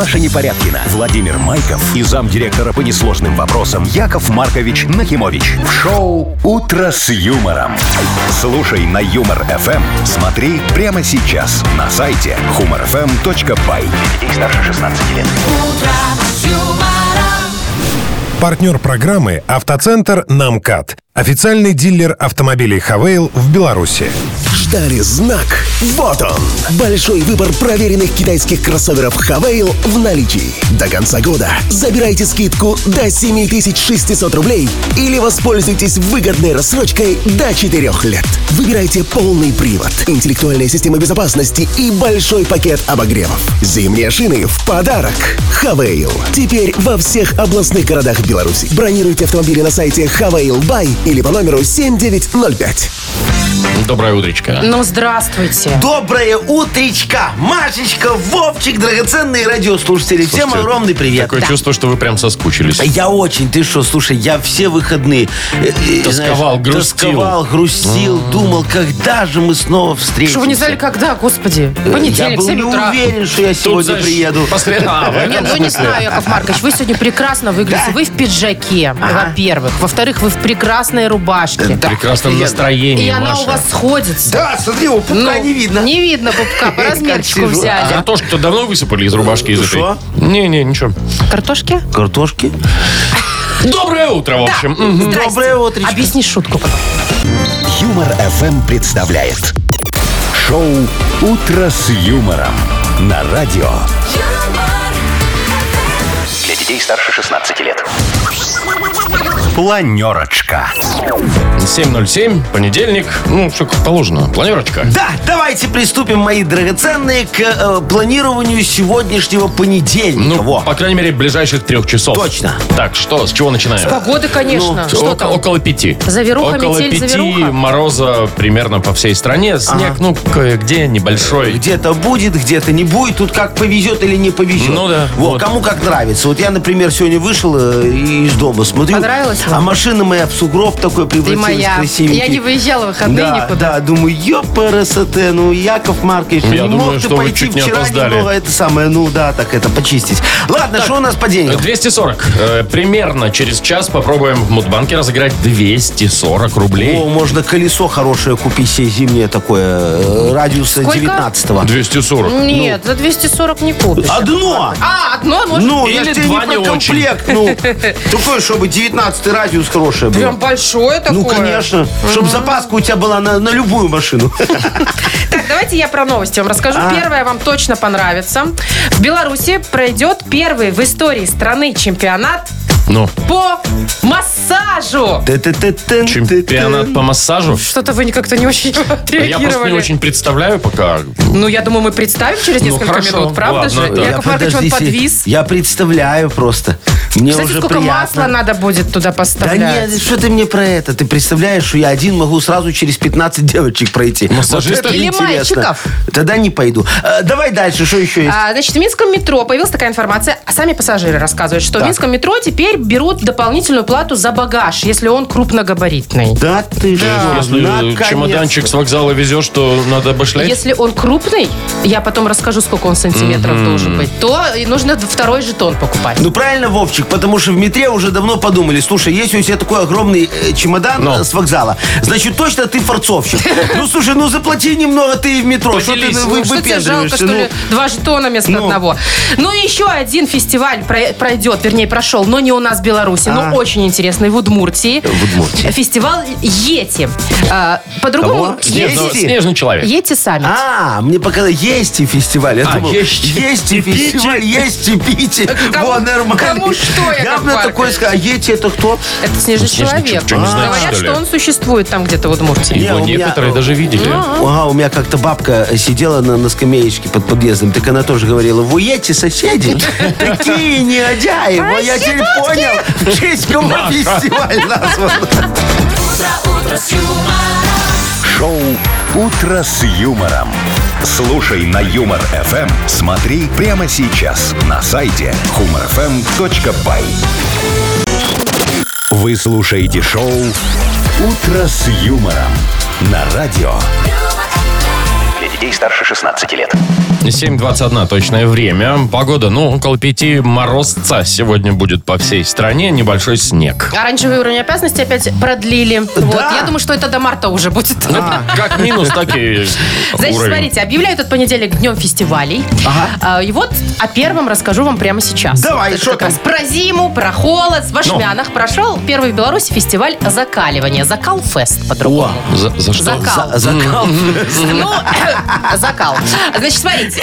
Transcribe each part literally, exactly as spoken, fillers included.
Маша Непорядкина, Владимир Майков и замдиректора по несложным вопросам Яков Маркович Нахимович. В шоу «Утро с юмором». Слушай на Юмор-ФМ. Смотри прямо сейчас на сайте humor эф эм точка бай. Для детей старше шестнадцати лет. Партнер программы «Автоцентр Намкат». Официальный дилер автомобилей «Хавейл» в Беларуси. Ждали знак? Вот он! Большой выбор проверенных китайских кроссоверов «Хавейл» в наличии. До конца года забирайте скидку до семь тысяч шестьсот рублей или воспользуйтесь выгодной рассрочкой до четырёх лет. Выбирайте полный привод, интеллектуальная система безопасности и большой пакет обогревов. Зимние шины в подарок. «Хавейл» теперь во всех областных городах Беларуси. Бронируйте автомобили на сайте «Хавейл Бай» или по номеру семь девять ноль пять. Доброе утречко. Ну, здравствуйте. Доброе утречка. Машечка, Вовчик, драгоценные радиослушатели. Слушайте, всем огромный привет. Такое Да. чувство, что вы прям соскучились. Я очень, ты что, слушай, я все выходные э, э, Тосковал, знаешь, грустил. Тосковал, грустил, думал, когда же мы снова встретимся. Что вы не знали, когда, господи? Я Понедельник, был семь не утра. уверен, что я сегодня знаешь, приеду. после- А, в этом Нет, ну не смысле. знаю, Яков Маркович, вы сегодня прекрасно выглядите. Да? Вы в пиджаке, во-первых. Во-вторых, вы в прекрасной рубашке. В прекрасном офигенно. настроении, И она Маша. у вас сходится. Да, смотри, у пупка Ну, не видно. Не видно пупка, по размерчику сижу. взяли. Картошку-то давно высыпали из рубашки из этой? Что? Не-не, ничего. Картошки? Картошки? Доброе утро, в общем. Мгм. Здрасте. Доброе утречко. Объясни шутку. Юмор-ФМ представляет шоу «Утро с юмором» на радио. Для детей старше шестнадцати лет. Планерочка. семь ноль семь, понедельник. Ну, все как положено. Планерочка. Да, давайте приступим, мои драгоценные, к э, планированию сегодняшнего понедельника. Ну, Во. по крайней мере, ближайших трех часов. Точно. Так, что, с чего начинаем? Погоды, конечно. Ну, Что око- там? Около пяти. Завируха, Около метель, пяти, завируха? мороза примерно по всей стране. Снег, ну, кое-где небольшой. Где-то будет, где-то не будет. Тут как повезет или не повезет. Ну да, Вот, вот. кому как нравится. Вот я, например, сегодня вышел э, из дома, смотрю. Понравилось вам? А машина моя в сугроб такой Ты превратилась моя. красивенький. Я не выезжала в выходные Да, никуда. да, думаю, ёпарасоте, ну, Яков Маркович, Я не думаю, мог ты что вы пойти чуть не вчера опоздали. немного это самое, ну да, так это, почистить. Ладно, что у нас по деньгам? двести сорок. Э, примерно через час попробуем в Мудбанке разыграть двести сорок рублей. О, можно колесо хорошее купить себе зимнее такое, э, радиуса Сколько? девятнадцатого. двести сорок. Нет, за двести сорок не купишь. Одно! А, одно, может? Ну, я Или ж тебе два не не про очень. комплект, ну. Такое, чтобы девятнадцатый радиус хорошее было. Прям большое такое. Ну, конечно. Чтобы запаска у тебя была на, на любую машину. Так, давайте я про новости вам расскажу. А. Первое вам точно понравится. В Беларуси пройдет первый в истории страны чемпионат Ну, по массажу. чемпионат по массажу. Что-то вы как-то не очень Я просто реагировали. не очень представляю пока. Ну, я думаю, мы представим через Ну, несколько хорошо, минут, правда ладно, же? да. Яков Маркович, он подвис. Я представляю просто. Мне Кстати, уже сколько приятно. масла надо будет туда Да поставлять? нет, что ты мне про это? Ты представляешь, что я один могу сразу через пятнадцать девочек пройти. Массажистов? Вот это Или интересно. мальчиков? Тогда не пойду. А, давай дальше, что еще есть? А, значит, в Минском метро появилась такая информация, а сами пассажиры рассказывают, что в Так. Минском метро теперь берут дополнительную плату за багаж, если он крупногабаритный. Да ты же, Если наконец-то. чемоданчик с вокзала везешь, то надо обошлять. Если он крупный, я потом расскажу, сколько он сантиметров должен быть, то и нужно второй жетон покупать. Ну правильно, Вовчик, потому что в метре уже давно подумали, слушай, если у тебя такой огромный э, чемодан Ну. э, с вокзала, значит точно ты форцовщик. Ну слушай, ну заплати немного ты и в метро, что ты Поделись. вы- Ну, что тебе жалко, выпендриваешься? что Ну, ли, два жетона вместо Ну. одного? Ну, и еще один фестиваль про- пройдет, вернее, прошел, но не у нас в Беларуси, А. но очень интересный, в Удмуртии. В Удмуртии. Фестиваль Йети. А, По-другому... Кого? Снежный, Есть? снежный человек. Йети саммит. А, мне пока есть и фестиваль. Я А, думал, есть. есть и И пить. фестиваль, есть и пить. Кому- Во, нормально. кому что, Яков Я бы на такой Маркович? сказал, а Йети это кто? Это снежный Снежный человек. что, не знаете, Говорят, что ли? что он существует там где-то в Удмуртии. Не, Его у меня- некоторые даже видели. Ага, у меня как-то бабка сидела на, на скамеечке под подъездом, так она тоже говорила, вы едете, соседи? Такие негодяи. Вот я теперь понял, в честь кого фестиваль назван. Шоу «Утро с юмором». Слушай на Юмор-ФМ. Смотри прямо сейчас на сайте humor эф эм точка бай. Вы слушаете шоу «Утро с юмором» на радио. Для детей детей старше шестнадцати лет. семь двадцать один точное время. Погода, ну, около пяти морозца сегодня будет по всей стране. Небольшой снег. Оранжевый уровень опасности опять продлили. Вот. Я думаю, что это до марта уже будет. А, как минус, так и Значит, уровень. смотрите, объявляют этот понедельник днем фестивалей. Ага. А, И вот о первом расскажу вам прямо сейчас. Давай, Это что как там? раз про зиму, про холод. В Ашмянах прошел первый в Беларуси фестиваль закаливания. Закалфест по-другому. За, за что? Закал. За- закал. Ну, закал. Значит, смотрите.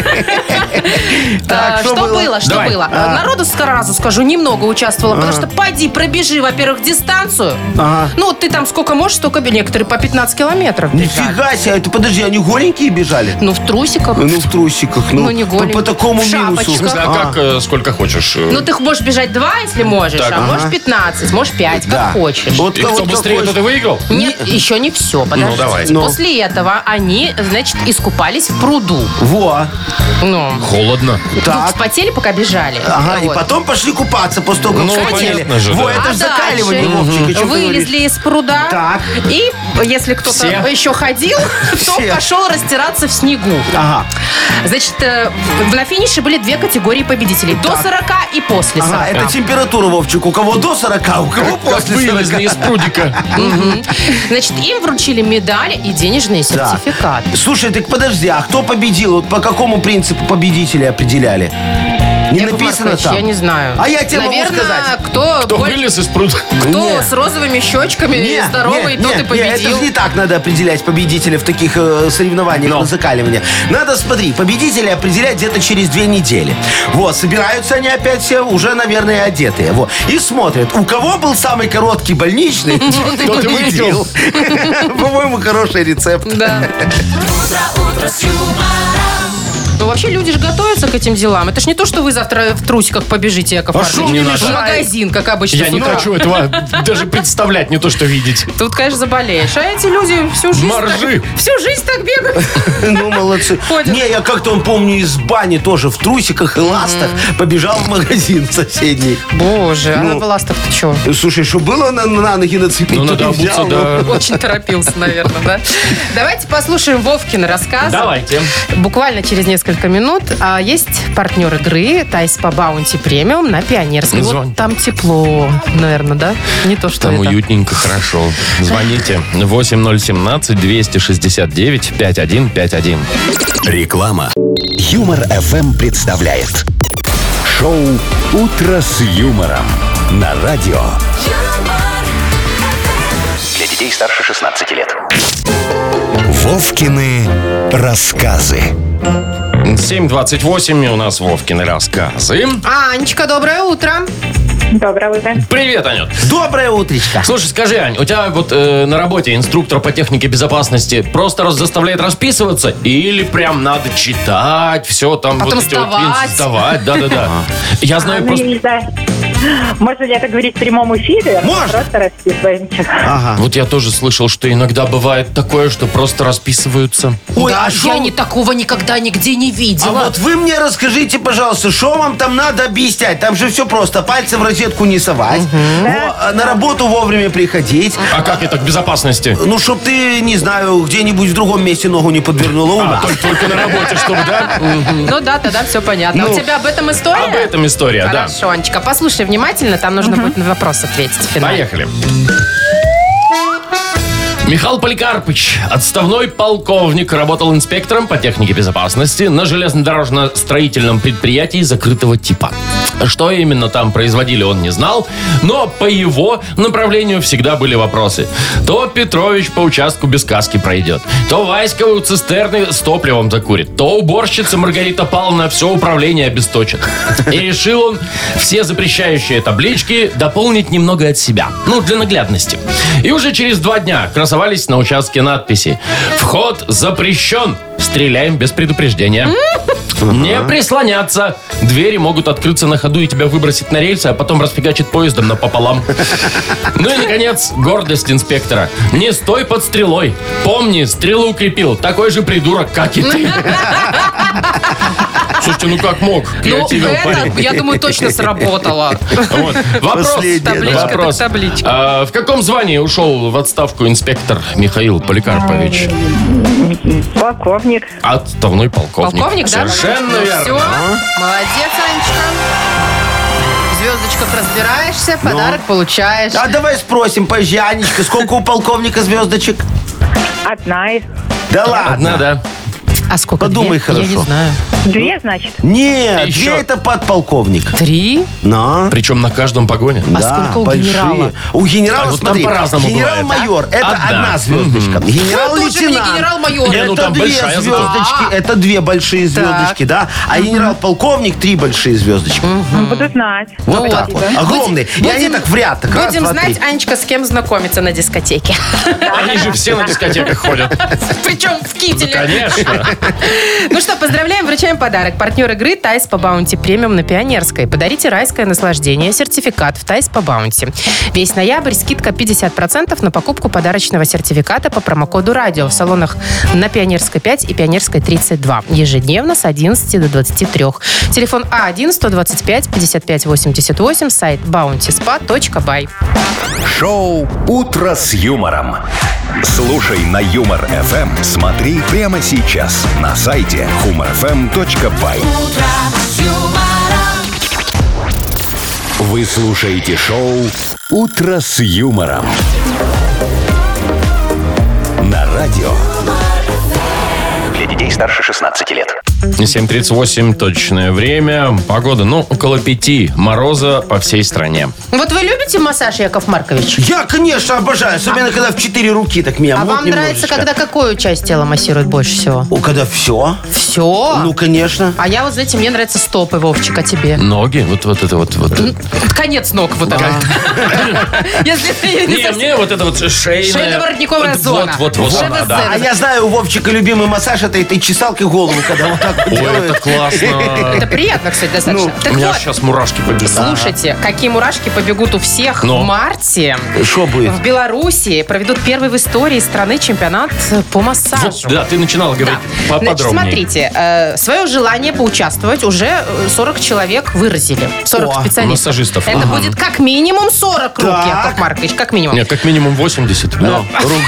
Так, А, что Что было? было? Что Давай. было? Народу, сразу скажу, немного участвовало, потому что пойди, пробежи, во-первых, дистанцию. Ага. Ну, ты там сколько можешь, столько бе- некоторые по пятнадцать километров бежали. Нифига себе, это подожди, они голенькие бежали? Ну, в трусиках. Ну, в трусиках. Ну, Ну, не по, голенькие. по такому В минусу. шапочках. В смысле, а как, э, сколько хочешь? э, Ну, ты можешь бежать два, если можешь, Так, а ага. можешь пятнадцать, можешь пять, как Да. хочешь. Вот И кого кто ты быстрее, хочешь. тот и выиграл? Нет, еще не все, подождите. давай. Ну. После этого они, значит, искупались в пруду. Во. Ну, Холодно. тут Так. вспотели, пока бежали. Ага, и Вот. потом пошли купаться после того, как Ну, вспотели. понятно же, Во, да. это А же закаливание, дальше Вовчик, о чем ты говоришь? вылезли из пруда. Так. И если кто-то Все? еще ходил, то Все. пошел растираться в снегу. Ага. Значит, э, в- на финише были две категории победителей. До сорока и после Ага, сорока. это температура, Вовчик. У кого до сорока, у кого Как после вылезли сорока. из прудика. Мгм. Значит, им вручили медали и денежные Да. сертификаты. Слушай, так подожди, а кто победил? Вот по какому принципу победителей определяли? Не Яков написано Маркович, там? я не знаю. А я тебе могу Наверное, сказать. кто, Кто боль- вылез из пруда? кто Не. с розовыми щечками и Не, здоровый, не, тот не, и не, победил. это же не так надо определять победителя в таких э, соревнованиях Но. на закаливание. Надо, смотри, победителей определять где-то через две недели. Вот, собираются они опять все уже, наверное, одетые. Вот. И смотрят, у кого был самый короткий больничный, тот и Тот и победил. По-моему, хороший рецепт. Да. Ну, вообще, люди же готовятся к этим делам. Это ж не то, что вы завтра в трусиках побежите, Яков А Маркович. шо мне В мешает? магазин, как обычно. Я с не утра. хочу этого даже представлять, не то что видеть. Тут, конечно, заболеешь. А эти люди всю жизнь, Моржи. так, всю жизнь так бегают. Ну, молодцы. Ходят. Не, я как-то, он, помню, из бани тоже в трусиках и ластах побежал в магазин соседний. Боже, а Ну. на балластах-то что? Слушай, что было на, на ноги нацепить? Ну, то надо не обуться, взял, ну. да. Очень торопился, наверное, да? Давайте послушаем Вовкин рассказ. Давайте. Буквально через несколько минут. А есть партнер игры Тайс по Баунти Премиум на Пионерской. Звон. Вот там тепло, наверное, да? Не то, что Там это. уютненько, хорошо. Звоните восемь ноль один семь двести шестьдесят девять пятьдесят один пятьдесят один. Реклама. Юмор эф эм представляет шоу Утро с юмором на радио. Для детей старше шестнадцати лет. Вовкины рассказы. семь двадцать восемь, у нас Вовкины рассказы. Анечка, доброе утро. Доброе утро. Привет, Анют. Доброе утречко. Слушай, скажи, Ань, у тебя вот э, на работе инструктор по технике безопасности просто раз заставляет расписываться или прям надо читать, все там Потом вот эти вот вставать. принципы, вставать, да-да-да. Я знаю Ну, просто... я не знаю. Можно ли это говорить в прямом эфире? Можно. Просто расписываемся. Ага. Вот я тоже слышал, что иногда бывает такое, что просто расписываются. Ой, Да, а шо- я не такого никогда нигде не А видела. вот вы мне расскажите, пожалуйста, что вам там надо объяснять? Там же все просто. Пальцем в розетку не совать. Во, а на работу вовремя приходить. А как это к безопасности? Ну, чтоб ты, не знаю, где-нибудь в другом месте ногу не подвернула у А, нас. только, только на работе, чтобы, да? Ну да, тогда все понятно. Ну, У тебя об этом история? Об этом история, да. Хорошо, Анечка, послушай внимательно, там нужно будет на вопрос ответить в финале. Поехали. Михаил Поликарпыч, отставной полковник, работал инспектором по технике безопасности на железнодорожно-строительном предприятии закрытого типа. Что именно там производили, он не знал, но по его направлению всегда были вопросы. То Петрович по участку без каски пройдет, то Васька у цистерны с топливом закурит, то уборщица Маргарита Павловна все управление обесточит. И решил он все запрещающие таблички дополнить немного от себя. Ну, для наглядности. И уже через два дня красовались на участке надписи: «Вход запрещен. Стреляем без предупреждения». Не прислоняться. Двери могут открыться на ходу и тебя выбросить на рельсы, а потом расфигачить поездом напополам. Ну и, наконец, гордость инспектора. Не стой под стрелой. Помни, стрелу укрепил такой же придурок, как и ты. Слушайте, ну как мог? Ну, Креативил это, парень. я думаю, точно сработало. Вот. Вопрос. Последнее, да. Табличка так Вопрос. табличка. А, в каком звании ушел в отставку инспектор Михаил Поликарпович? По Полковник. Отставной полковник. Полковник, да? Совершенно верно. Все, молодец, Анечка. В звездочках разбираешься, подарок получаешь. А давай спросим позже, Анечка, сколько у полковника звездочек? Одна из. Да ладно. Одна, да. А сколько? Подумай две? хорошо. Я не знаю. Две, значит. Нет, Еще. две это подполковник. Три? Но. Причем на каждом погоне. А сколько у большие. генерала? У генерала, А вот там смотри, по-разному генерал-майор, бывает, это Одна. одна звездочка. Ну, тоже мне Генерал-лейтенант. генерал-майор. Не, ну Это там две большая звездочки, это две большие звездочки, да? А генерал-полковник три большие звездочки. Буду знать. Вот Ну так вот. вот. Огромные. И Будем- они так в ряд. Так, раз, Будем два, знать, три. Анечка, с кем знакомиться на дискотеке. Они же все на дискотеках ходят. Причем в кителе. Конечно. Ну что, поздравляем, вручаем подарок. Партнер игры «Тайс по баунти премиум» на Пионерской. Подарите райское наслаждение. Сертификат в «Тайс по баунти». Весь ноябрь скидка пятьдесят процентов на покупку подарочного сертификата по промокоду «Радио» в салонах на Пионерской пять и Пионерской тридцать два. Ежедневно с одиннадцати до двадцати трёх. Телефон А один сто двадцать пять пятьдесят пять восемьдесят восемь, сайт баунти спа точка бай. Шоу «Утро с юмором». Слушай на Юмор эф эм. Смотри прямо сейчас на сайте humor f m точка by. Вы слушаете шоу «Утро с юмором» на радио. Для детей старше шестнадцати лет. семь тридцать восемь точное время. Погода, ну, около пяти. Мороза по всей стране. Вот вы любите массаж, Яков Маркович? Я, конечно, обожаю. Особенно, когда в четыре руки так меня А мут вам нравится, немножечко. когда какую часть тела массируют больше всего? О, когда все? Все? Ну, конечно. А я вот, знаете, мне нравятся стопы, Вовчик, а тебе? Ноги, вот, вот это вот. вот. Конец ног вот это. Если ты не Не, совсем- мне вот это вот шейная. Шейно-воротниковая вот, зона. Вот, вот, вот, ШВЗ. она, да. А я знаю, у Вовчика любимый массаж это этой чесалкой голову, когда вот так вот Ой, делают. это классно. Это приятно, кстати, достаточно. У Так меня вот, сейчас мурашки побегут. слушайте, какие мурашки побегут у всех Ну? в марте. Что будет? В Беларуси проведут первый в истории страны чемпионат по массажу. Вот, да, ты начинала говорить Да. Значит, поподробнее. смотрите, э, свое желание поучаствовать уже э, сорок человек выразили. сорок О, специалистов. массажистов. Это Ага. будет как минимум сорок рук, Так. Яков Маркович, как минимум. Нет, как минимум восемьдесят. Ну,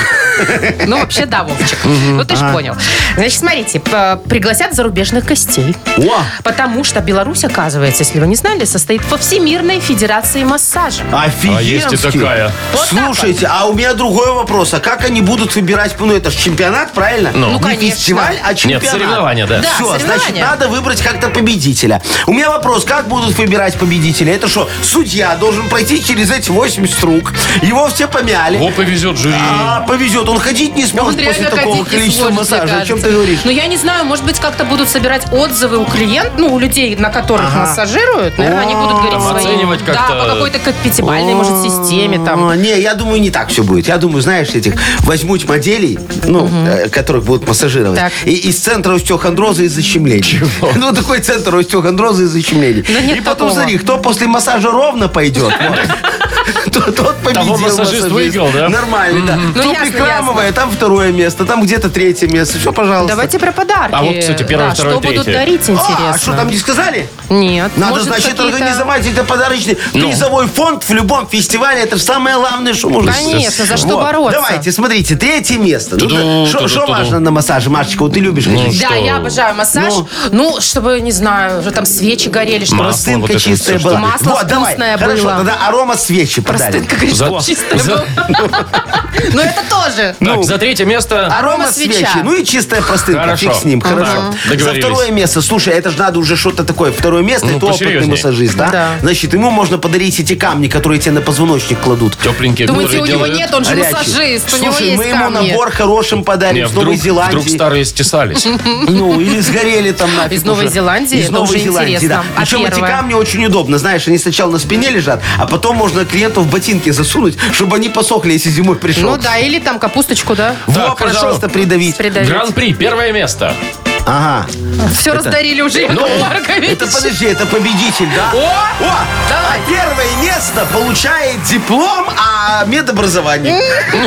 Ну, вообще, да, Вовчик. Ну, ты ж понял. Значит, смотрите, п- пригласят зарубежных гостей. О, Потому что Беларусь, оказывается, если вы не знали, состоит во Всемирной Федерации массажа. офигенски. А есть и такая. Вот так Слушайте, а у меня другой вопрос. А как они будут выбирать? Ну, это же чемпионат, правильно? Ну. Ну, Не конечно. фестиваль, а чемпионат. Нет, соревнования, да. Да, Все, значит, соревнования. надо выбрать как-то победителя. У меня вопрос, как будут выбирать победителя? Это что, судья должен пройти через эти восемьдесят рук, его все помяли. Во, повезет жюри. А, повезет, он ходить не Он сможет после реально такого ходить не количества сможет, мне массажа. О чем кажется. ты говоришь? Ну, я не знаю, может быть, как-то будут собирать отзывы у клиентов, ну, у людей, на которых Ага. массажируют. Наверное, они будут говорить Там свои... оценивать Да, как-то. по какой-то как пятибалльной, может, системе там. О, Не, я думаю, не так все будет. Я думаю, знаешь, этих возьмут моделей, ну, э, которых будут массажировать, Так. и из центра остеохондроза и защемления. Ну, такой центр остеохондроза и защемления. Да нет И потом, такого. смотри, кто после массажа ровно пойдет, вот, то- тот победил. Того массажист выиграл, да? Нормально, да. Ну, Кто ясно, прихрамывая, там второе место, там где-то третье место. Все, пожалуйста. Давайте про подарки. А вот, кстати, первое, Да, второе, что будут третье. дарить, интересно. А, что там не сказали? Нет. Надо, может, значит, какие-то- организовать это подарочный Ну. призовой фонд в любом фестивале. Это же самое главное, что можно Конечно, за что Вот, бороться. Давайте, смотрите, третье место. Туду, Что туду, туду. важно на массаже, Машечка? Вот ты любишь ходить? Да, что? я обожаю массаж. Ну. Ну, чтобы, не знаю, уже там свечи горели, чтобы... Масло. Простынка вот это чистая вот всё, была. что- Масло вот, давай. вкусное Хорошо, было. тогда арома свечи подарим. Простынка, говоришь, За- чистая за- была. Ну, это тоже. Так, за третье место. Арома свеча. свечи. Ну и чистая простынка. Хорошо. Фиг с ним. Ага. Хорошо. За Договорились. второе место. Слушай, это же надо уже что-то такое. Второе место, Ну, это опытный посерьезнее. массажист, да? Да. Значит, ему можно подарить эти камни, которые тебе на позвоночник кладут. Тепленькие. Думаете, у которые него делают. нет, он же Горячий. массажист, у него Слушай, есть мы ему камни. набор хорошим подарим Не, с Новой вдруг, Зеландии. вдруг старые стесались. Ну, или сгорели там нафиг. Из Новой уже. Зеландии? Из Это Новой уже Зеландии, интересно. да. А Причем эти первое? камни очень удобно. Знаешь, они сначала на спине лежат, а потом можно клиенту в ботинки засунуть, чтобы они посохли, если зимой пришел. Ну да, или там капусточку, да? Во, Так, хорошо. пожалуйста, придавить. Придавить. Гран-при, первое место. Ага. Все раздарили уже, Яков Маркович. Это, подожди, это победитель, да? О! О! Давай. А первое место получает диплом о медобразовании.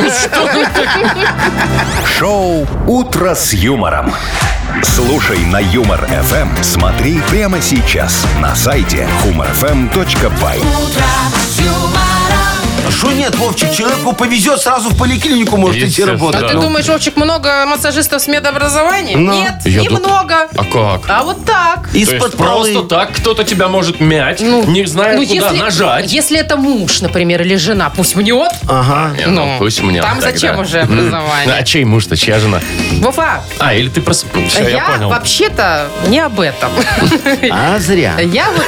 Шоу «Утро с юмором». Слушай на Юмор эф эм. Смотри прямо сейчас на сайте humor f m точка by. А что нет, Вовчик? Человеку повезет, сразу в поликлинику может идти Естественно, работать. да. Ты Ну. думаешь, Вовчик, много массажистов с медобразованием? Ну. Нет, Я дум- немного. А как? А вот так. То есть Из-под просто полы. так кто-то тебя может мять, не зная, ну, куда если, нажать. Если это муж, например, или жена, пусть мнет. Ага. Не, ну, пусть мне Там тогда. зачем уже М. образование? А чей муж-то, чья жена? Вова, А, или ты просто... Все, я, я понял. вообще-то не об этом. А зря. Я вот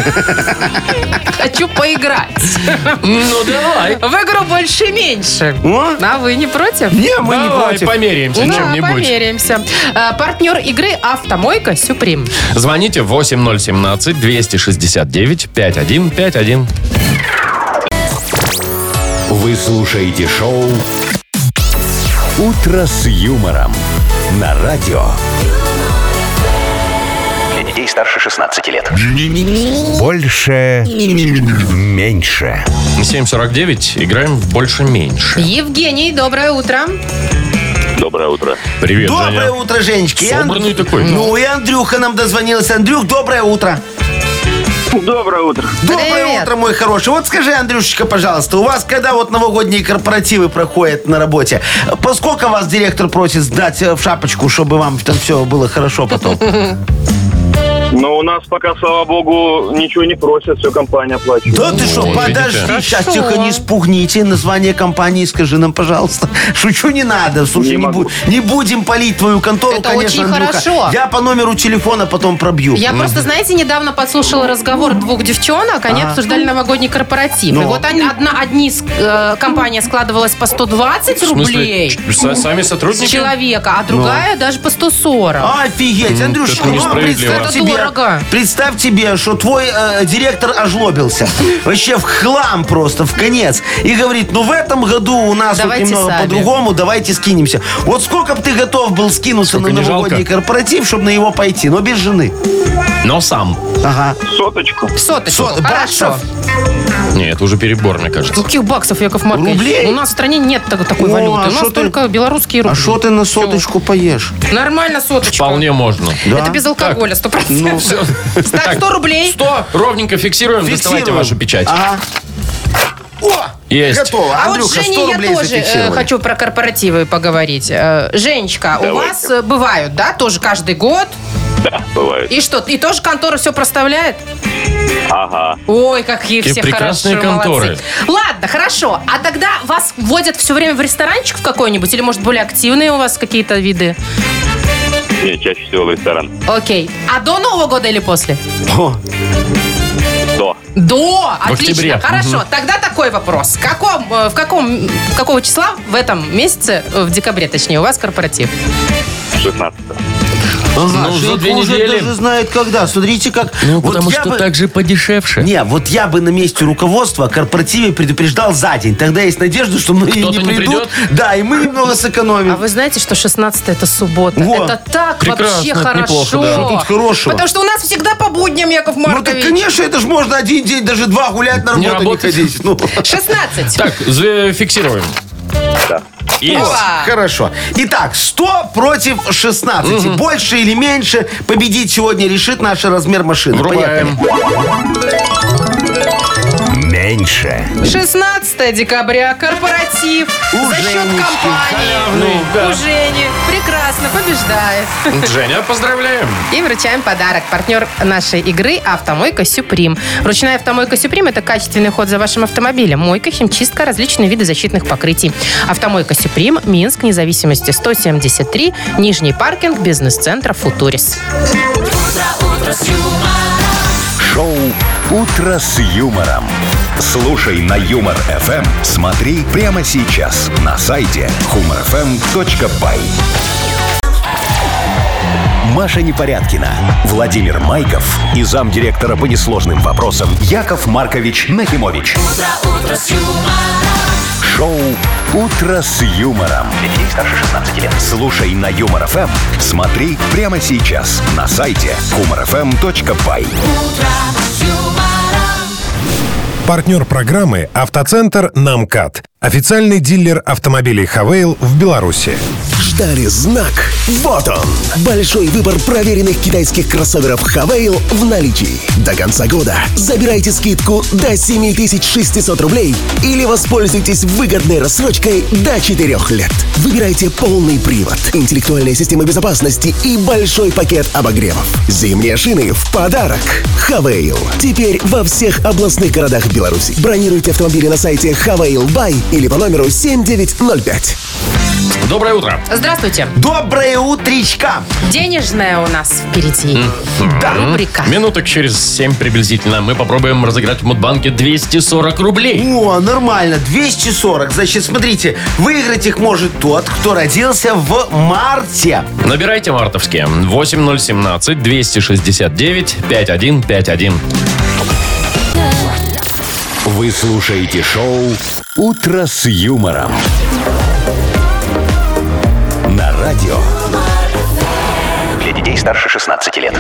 хочу поиграть. Ну, давай. В игру больше-меньше. О, А вы не против? не, мы не Давай, против. померяемся Да, чем-нибудь. померяемся. А, партнер игры «Автомойка Сюприм». Звоните восемь ноль семнадцать двести шестьдесят девять пятьдесят один пятьдесят один. Вы слушаете шоу «Утро с юмором» на радио. Для детей старше шестнадцати лет. Больше. Меньше. семь сорок девять. Играем в больше-меньше. Евгений, доброе утро. Доброе утро. Привет, Доброе Женя. утро, Женечка. И Ан- Собранный такой. Ну и Андрюха нам дозвонился. Андрюх, доброе утро. Доброе утро. Доброе Привет. утро, мой хороший. Вот скажи, Андрюшечка, пожалуйста, у вас когда вот новогодние корпоративы проходят на работе, по сколько вас директор просит сдать э, в шапочку, чтобы вам там все было хорошо потом? Но у нас пока, слава богу, ничего не просят, все компания оплачивает. Да ты что, Вот, подожди, видите? сейчас Хорошо. тихо, не спугните название компании, скажи нам, пожалуйста. Шучу, не надо. Слушай, Не не, могу. бу- не будем палить твою контору, Это конечно, очень Андрюха. хорошо. Я по номеру телефона потом пробью. Я просто, знаете, недавно подслушала разговор двух девчонок. Они обсуждали новогодний корпоратив. Ну. И вот они- одна, одни с- э, компания складывалась по сто двадцать В смысле, рублей ч- са- сами с сотрудники? человека, а другая даже по сто сорок. Офигеть, Андрюшка, это ну, несправедливо. представь Это себе, дорого. представь тебе, что твой э, директор ожлобился. Вообще в хлам просто, в конец. И говорит, ну в этом году у нас вот Давайте немного сами. по-другому, давайте скинемся. Вот сколько бы ты готов был скинуться Сколько, на не новогодний жалко? корпоратив, чтобы на него пойти, но без жены. Но сам. Ага. Соточку. Соточку. Со- Хорошо. баксов? Не, это уже перебор, мне кажется. Каких баксов, Яков Маркович? Рублей? У нас в стране нет так- такой О, валюты. а У нас шо ты- только белорусские рубли. А что ты на соточку поешь? Нормально соточка. Вполне можно. Это без алкоголя, сто процентов. Ну. Так, сто рублей. сто. Ровненько фиксируем. Доставайте Фиксируем. вашу печать. Ага. О, Есть. готово. А вот Андрюха, Жене сто я рублей тоже э, зафиксировали. хочу про корпоративы поговорить. Э, Женечка, у Давайте. вас э, бывают, да, тоже каждый год? Да, бывает. И что, и тоже контора все проставляет? Ага. Ой, какие Какие все прекрасные хорошо, конторы. молодцы. Ладно, хорошо. А тогда вас вводят все время в ресторанчик в какой-нибудь? Или, может, более активные у вас какие-то виды? Не, чаще всего в ресторан. Окей. А до Нового года или после? О, До. До! Отлично, октябре. хорошо. Тогда такой вопрос. В каком, э, в каком, какого числа в этом месяце, э, в декабре точнее, у вас корпоратив? шестнадцатого. ага, Ну, за Женька две уже недели. даже знает когда. Смотрите, как... Ну, Вот потому я что бы- так же подешевше. Не, вот я бы на месте руководства о корпоративе предупреждал за день. Тогда есть надежда, что мы Кто-то не не придут. придет? Да, и мы немного сэкономим. А вы знаете, что шестнадцатое это суббота? Во. Это так Прекрасно, вообще это хорошо. неплохо, да. Что тут хорошего? Потому что у нас всегда по будням, Яков Ну так, Маркович. конечно, это же можно один день, даже два гулять на Не работу не, работать. ходить. Ну. шестнадцать. Так, за- фиксируем. Да. Есть. Опа. Хорошо. Итак, сто против шестнадцати. Больше или меньше победить сегодня решит наш размер машины. Врубаем. Меньше. шестнадцатое декабря, корпоратив. У за счет Женечки. компании. Халявный, да. У Жени. Прекрасно, побеждает. Женя, поздравляем. И вручаем подарок. Партнер нашей игры «Автомойка Сюприм». Ручная «Автомойка Сюприм» — это качественный уход за вашим автомобилем. Мойка, химчистка, различные виды защитных покрытий. «Автомойка Сюприм», Минск, независимости сто семьдесят три, Нижний паркинг, бизнес-центр «Футурис». Шоу «Утро с юмором». Слушай на Юмор эф эм. Смотри прямо сейчас на сайте humor f m точка by. Маша Непорядкина, Владимир Майков и замдиректора по несложным вопросам Яков Маркович Нахимович. Шоу «Утро с юмором». Для детей старше шестнадцати лет. Слушай на Юмор эф эм. Смотри прямо сейчас на сайте humor f m точка by. Партнер программы «Автоцентр Намкат». Официальный дилер автомобилей «Хавейл» в Беларуси. Ждали знак? Вот он. Большой выбор проверенных китайских кроссоверов Хавейл в наличии. До конца года забирайте скидку до семь тысяч шестьсот рублей или воспользуйтесь выгодной рассрочкой до четырех лет. Выбирайте полный привод, интеллектуальная система безопасности и большой пакет обогревов. Зимние шины в подарок. Хавейл. Теперь во всех областных городах Беларуси. Бронируйте автомобили на сайте Хавейл Бай или по номеру семь девять ноль пять. Доброе утро. Здравствуйте. Доброе утречка. Денежная у нас впереди. Да. Рубрика. Минуток через семь приблизительно мы попробуем разыграть в Мудбанке двести сорок рублей. О, нормально, двести сорок. Значит, смотрите, выиграть их может тот, кто родился в марте. Набирайте мартовские. восемь ноль семнадцать двести шестьдесят девять пятьдесят один пятьдесят один. Вы слушаете шоу «Утро с юмором». На радио. Для детей старше шестнадцати лет.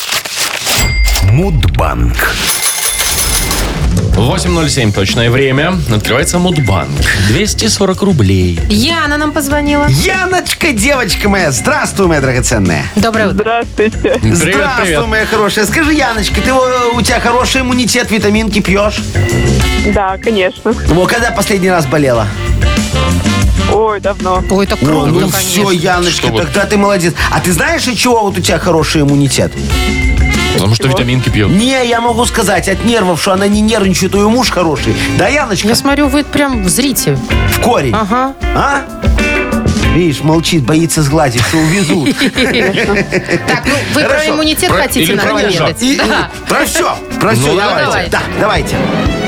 Мудбанк. восемь ноль семь точное время. Открывается Мудбанк. двести сорок рублей. Яна нам позвонила. Яночка, девочка моя, здравствуй, моя драгоценная. Доброе утро. Здравствуйте. Привет, Здравствуй, привет. моя хорошая. Скажи, Яночка, ты э, у тебя хороший иммунитет, витаминки пьешь? Да, конечно. Ну, когда последний раз болела? Ой, давно. Ой, это О, круто, ну конечно. все, Яночка, Что вот? тогда ты молодец. А ты знаешь, от чего вот у тебя хороший иммунитет? Потому что витаминки пьют. Не, я могу сказать, от нервов, что она не нервничает, у ее муж хороший. Да, Яночка? Я смотрю, вы прям зрите. В корень. Ага. А? Видишь, молчит, боится сглазить, что увезут. Так, ну вы про Хорошо. иммунитет Про- хотите или про нам мужа. поведать? И- Да. Про все, про все, Ну, давайте. давайте. Да, давайте.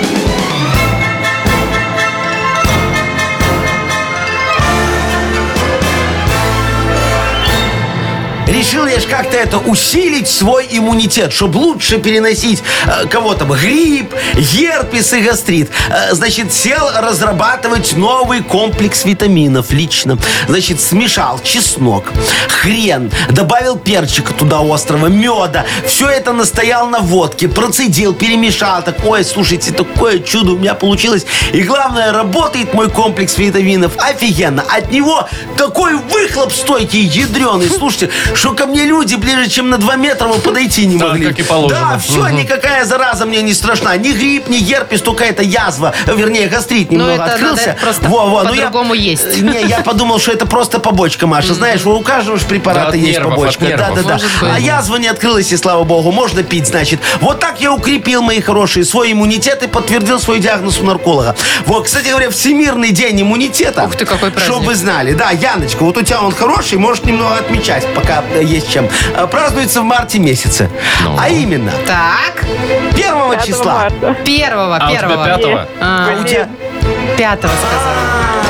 Решил я ж как-то это усилить свой иммунитет, чтобы лучше переносить э, кого там грипп, герпес и гастрит. Э, значит, сел разрабатывать новый комплекс витаминов лично. Значит, смешал чеснок, хрен, добавил перчика туда острого, меда. Все это настоял на водке, процедил, перемешал. Так, ой, слушайте, такое чудо у меня получилось. И главное, работает мой комплекс витаминов офигенно. От него такой выхлоп стойкий, ядреный. Слушайте, что ко мне люди ближе, чем на два метра вы подойти не Да, могли. как и положено. Да, все, Мгм. никакая зараза мне не страшна. Ни грипп, ни герпес, только это язва. Вернее, гастрит Ну, немного это открылся. надо просто Во, во, ну я- по-другому есть. Не, я подумал, что это просто побочка, Маша. Знаешь, у каждого же Да, препарата от есть нервов, побочка. от нервов. Да, да, да. Может быть. А язва не открылась, и слава богу, можно пить, значит. Вот так я укрепил, мои хорошие, свой иммунитет и подтвердил свой диагноз у нарколога. Вот, кстати говоря, Всемирный день иммунитета. Ух ты, какой праздник. Чтобы вы знали. Да, Яночка, вот у тебя он хороший, может немного отмечать, пока э, есть чем. Э, Празднуется в марте месяце. Ну. А именно, Так, первого пятого числа. марта. первого, А у тебя первого. пятого? А, А у тебя... пятого сказала.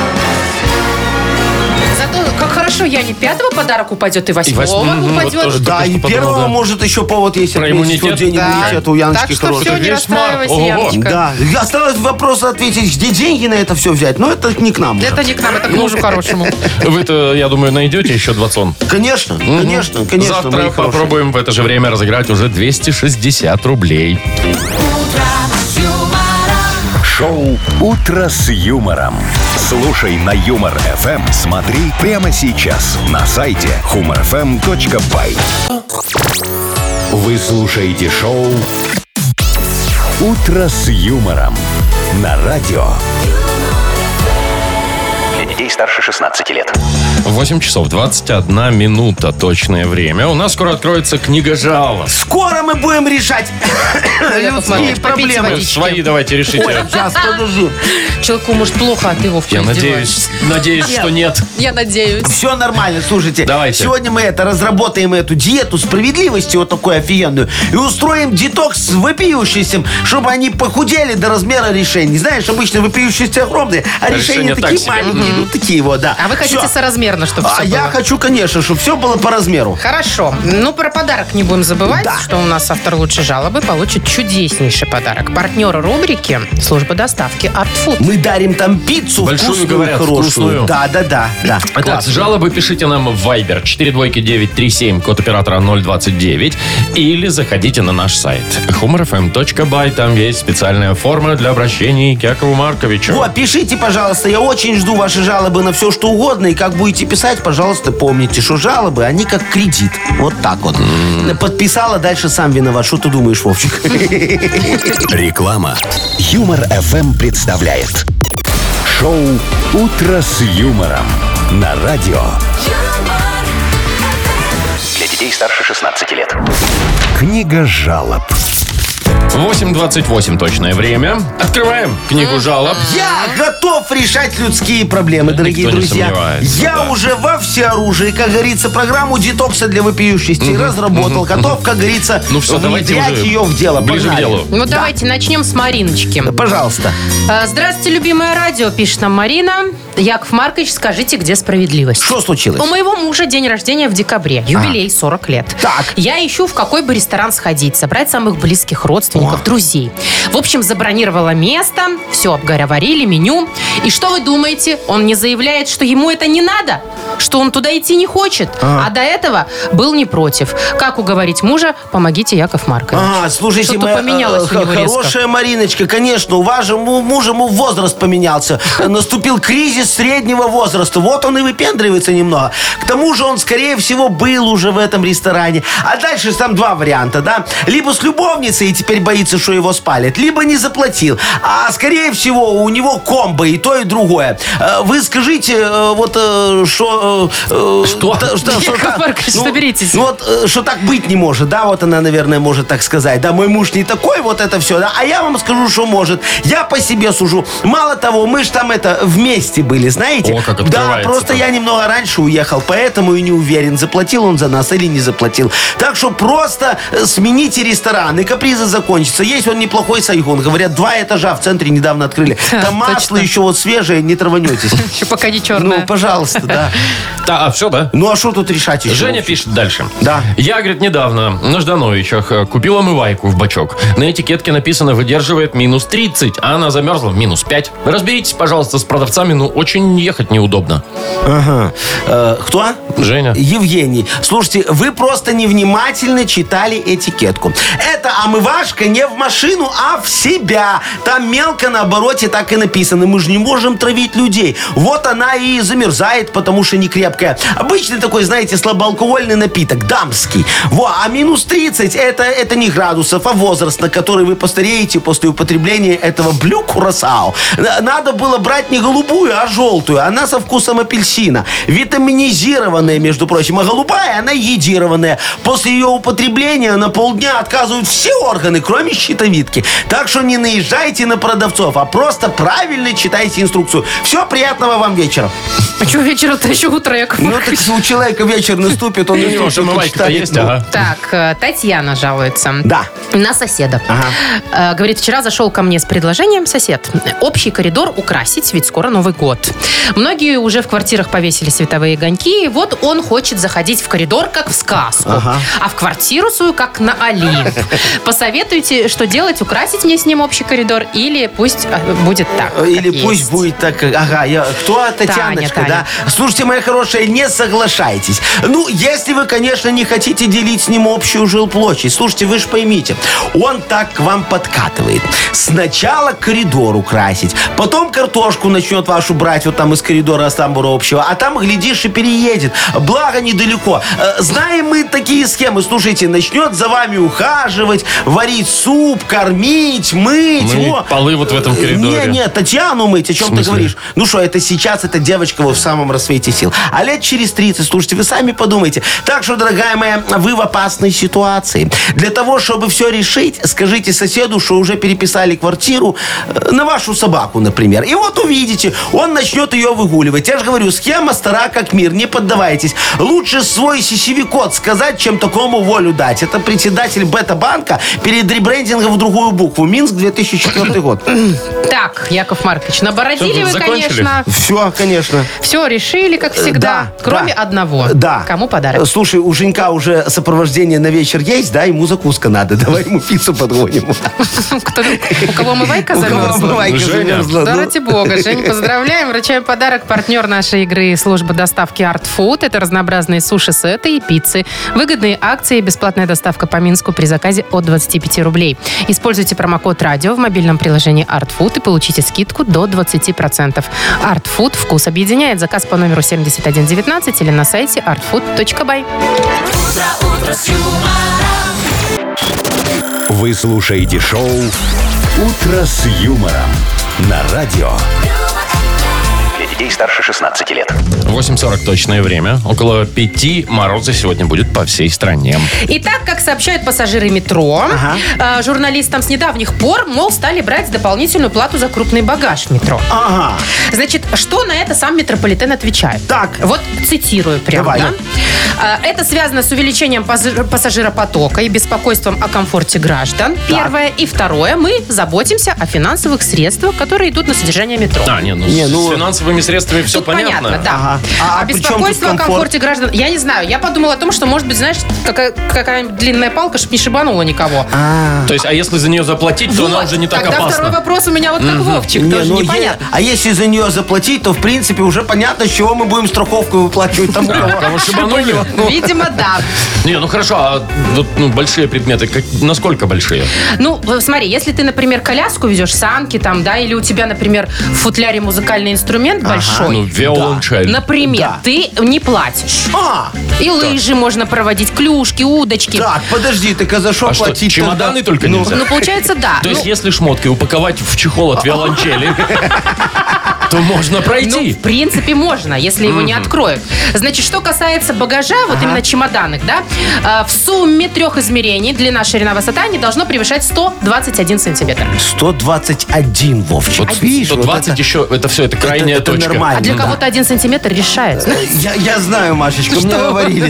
Зато как хорошо, я не пятого подарок упадет, и восьмого восьмого, вот упадет. тоже. Да, Только и что первого, подумал, да. может, еще повод есть. Про отметить, иммунитет? что день Да. иммунитета у Яночки Так что хороший. все, не Весь март. расстраивайся, Ого. Яночка. Да. И осталось вопрос ответить, где деньги на это все взять. Но это не к нам уже. Это не к нам, это к мужу хорошему. Вы-то, я думаю, найдете еще двадцон. Конечно, конечно, конечно. Завтра мои хорошие. попробуем в это же время разыграть уже двести шестьдесят рублей. Шоу «Утро с юмором». Слушай на Юмор эф эм. Смотри прямо сейчас на сайте humor f m точка by. Вы слушаете шоу «Утро с юмором» на радио. Для детей старше шестнадцати лет. восемь часов двадцать одна минута точное время. У нас скоро откроется книга жалоб. Скоро мы будем решать Яков людские Маркович, попейте проблемы. водички. Свои давайте решите. Ой, сейчас, подожди. Человеку, может, плохо, а ты его Я надеюсь, надеюсь, что нет. Я надеюсь. Все нормально, слушайте. Давайте. Сегодня мы это разработаем эту диету справедливости вот такую офигенную и устроим детокс вопиющимся, чтобы они похудели до размера решений. Знаешь, обычно вопиющиеся огромные, а, А решения решения такие так себе. маленькие, ну такие вот, да. А вы хотите Всё. соразмерно, чтобы А все я было? хочу, конечно, чтобы все было по размеру. Хорошо. Ну, про подарок не будем забывать, Да. что у нас автор лучшей жалобы получит чудеснейший подарок. Партнер рубрики «Служба доставки Art Food». Мы дарим там пиццу Большую, вкусную, говорят, хорошую. вкусную. Да, да, да, да. Так, Классно. жалобы пишите нам в Viber четыре двойки девять три семь, код оператора ноль двадцать девять, или заходите на наш сайт humor f m точка by. Там есть специальная форма для обращений к Якову Марковичу. Вот, пишите, пожалуйста, я очень жду ваши жалобы. жалобы на все, что угодно. И как будете писать, пожалуйста, помните, что жалобы, они как кредит. Вот так вот. Подписала, дальше сам виноват. Что ты думаешь, Вовчик? Реклама. Юмор эф эм представляет шоу «Утро с юмором» на радио. Для детей старше шестнадцати лет. Книга жалоб. восемь двадцать восемь точное время. Открываем книгу жалоб. Я готов решать людские проблемы, дорогие Никто не друзья. сомневается, Я да. уже во всеоружии, как говорится, программу детокса для вопиющести разработал. Готов, как говорится, Ну всё, давайте внедрять уже ее в дело. ближе к Погнали. делу. Ну, давайте начнем с Мариночки. Пожалуйста. А, Здравствуйте, любимое радио, пишет нам Марина. Яков Маркович, скажите, где справедливость? Что случилось? У моего мужа день рождения в декабре. Юбилей сорок лет. Так. Я ищу, в какой бы ресторан сходить, собрать самых близких родственников, друзей. В общем, забронировала место, все обговорили, меню. И что вы думаете? Он мне заявляет, что ему это не надо? Что он туда идти не хочет? А, до этого был не против. Как уговорить мужа? Помогите, Яков Маркович. А, слушайте, Что-то моя, поменялось э, у него резко. хорошая Мариночка, конечно, у вас же му- мужа му- возраст поменялся. Наступил кризис среднего возраста. Вот он и выпендривается немного. К тому же он, скорее всего, был уже в этом ресторане. А дальше там два варианта, да? Либо с любовницей и теперь боится, что его спалят, либо не заплатил. А, скорее всего, у него комбо и то, и другое. Э, Вы скажите, э, вот, э, что... э, э, Что? та- что- что Яков так- Маркович, ну, соберитесь. ну, вот, э, что так быть не может, да, вот она, наверное, может так сказать. Да, мой муж не такой, вот это все, да, а я вам скажу, что может. Я по себе сужу. Мало того, мы же там это вместе были, знаете? О, как да, открывается просто там. я немного раньше уехал, поэтому и не уверен, заплатил он за нас или не заплатил. Так что просто э, смените ресторан, и капризы закончатся. Есть он неплохой сайгон. Говорят, два этажа в центре недавно открыли. Там масло точно. еще вот свежее, не траванетесь. Еще пока не черная. Ну, пожалуйста, да. Да, а, все, да? Ну, а что тут решать еще? Женя пишет дальше. Да. Я, говорит, недавно на Ждановичах э, купил омывайку в бачок. На этикетке написано «выдерживает минус тридцать», а она замерзла в минус пять. Разберитесь, пожалуйста, с продавцами, ну, очень ехать неудобно. Ага. Э, кто? Женя. Евгений. Слушайте, вы просто невнимательно читали этикетку. Это омывашка не в машину, а в себя. Там мелко на обороте так и написано. Мы же не можем травить людей. Вот она и замерзает, потому что не крепкая. Обычный такой, знаете, слабоалкогольный напиток, дамский. Во, а минус тридцать это, это не градусов, а возраст, на который вы постареете после употребления этого блю курасао. Надо было брать не голубую, а желтую. Она со вкусом апельсина. Витаминизированная, между прочим. А голубая, она йодированная. После ее употребления на полдня отказывают все органы, кроме щитовидки. Так что не наезжайте на продавцов, а просто правильно читайте инструкцию. Все, приятного вам вечера. А что вечером-то еще утро, Яков Ну, так Маркович? если у человека вечер наступит, он У него же инструкцию омывайка-то почитает. есть, Ну, ага. Так, э, Татьяна жалуется. Да. На соседа. Э, Говорит, вчера зашел ко мне с предложением сосед. Общий коридор украсить, ведь скоро Новый год. Многие уже в квартирах повесили световые огоньки. И вот он хочет заходить в коридор, как в сказку. Ага. А в квартиру свою, как на Олимп. Посоветуйте, что делать? Украсить мне с ним общий коридор? Или пусть э, будет так, как Или есть? пусть будет так, как- ага, я, кто? Татьяночка, Таня. да? Слушайте, моя хорошая, не соглашайтесь. Ну, если вы, конечно, не хотите делить с ним общую жилплощадь. Слушайте, вы же поймите, он так к вам подкатывает. Сначала коридор украсить, потом картошку начнет вашу брать вот там из коридора тамбура общего, а там, глядишь, и переедет. Благо, недалеко. Э, Знаем мы такие схемы. Слушайте, начнет за вами ухаживать, варить суп, кормить, мыть. Мыть во. полы вот в этом коридоре. Не, не, Татьяну мыть, о чем В ты смысле? говоришь? Ну что, это сейчас, эта девочка вот в самом рассвете сил. А лет через тридцать, слушайте, вы сами подумайте. Так что, дорогая моя, вы в опасной ситуации. Для того, чтобы все решить, скажите соседу, что уже переписали квартиру э, на вашу собаку, например. И вот увидите, он начнет ее выгуливать. Я же говорю, схема стара как мир, не поддавайтесь. Лучше свой сисевик-код сказать, чем такому волю дать. Это председатель Бета-банка перед ребрендингом в другую букву. Минск, две тысячи четвёртый год. Так, Яков Маркович, набородили Что, вы, закончили? конечно. Все, конечно. Все решили, как всегда. Да, кроме да. одного. Да. Кому подарок? Слушай, у Женька уже сопровождение на вечер есть, да? Ему закуска надо. Давай ему пиццу подгоним. Кто- У кого омывайка У кого замерзла? омывайка Женя. замерзла, Да ну. ради бога. Жень, поздравляем. Вручаем подарок. Партнер нашей игры – служба доставки Art Food. Это разнообразные суши-сеты и пиццы. Выгодные акции и бесплатная доставка по Минску при заказе от двадцати пяти рублей. Используйте промокод «Радио» в мобильном приложении Art Food и получите скидку до двадцати процентов. Art Food. Вкус объединяет. Заказ по номеру семьдесят один девятнадцать или на сайте арт фуд точка бай. Вы слушаете шоу «Утро с юмором» на радио. Для детей старше шестнадцати лет. восемь сорок точное время. Около пяти мороза сегодня будет по всей стране. Итак, как сообщают пассажиры метро, э, журналистам с недавних пор, мол, стали брать дополнительную плату за крупный багаж в метро. Ага. Значит, что на это сам метрополитен отвечает? Так. Вот цитирую прямо, Давай. да? А, Это связано с увеличением пассажир- пассажиропотока и беспокойством о комфорте граждан. Первое. И второе. Мы заботимся о финансовых средствах, которые идут на содержание метро. А, не, ну, Не, ну, с финансовыми средствами все Тут понятно. да. Ага. А, А при чем беспокойство тут о комфорт? комфорте граждан, я не знаю. Я подумала о том, что, может быть, знаешь, какая- какая-нибудь длинная палка, чтобы не шибанула никого. То есть, а если за нее заплатить, то она Вот. уже не так Тогда опасна. второй вопрос у меня вот как Вовчик, Не, тоже ну, непонятно. е- а если за нее заплатить, то, в принципе, уже понятно, с чего мы будем страховку выплачивать тому, кого. Кого шибанули? Видимо, да. Не, ну хорошо, а вот ну, большие предметы, как- насколько большие? Ну, э, смотри, если ты, например, коляску везешь, санки там, да, или у тебя, например, в футляре музыкальный инструмент большой, Ну, виолончель. например, Да. ты не платишь. А, И лыжи можно проводить, клюшки, удочки. так, подожди, так а за что А что, платить? чемоданы тогда? только Ну, нельзя? Ну, получается, да. То есть, Ну, если шмотки упаковать в чехол от виолончели, то можно Ну, пройти. в принципе, можно, если его не откроют. Значит, что касается багажа, вот именно чемоданок, да, э, в сумме трех измерений длина, ширина, высота не должно превышать сто двадцать один сантиметр. сто двадцать один, Вовчик. Вот Видишь, сто вот двадцать это- еще, это все, это крайняя это точка. нормально. А для да. кого-то один сантиметр решает. знаете? Я, я знаю, Машечка, мне Что? говорили,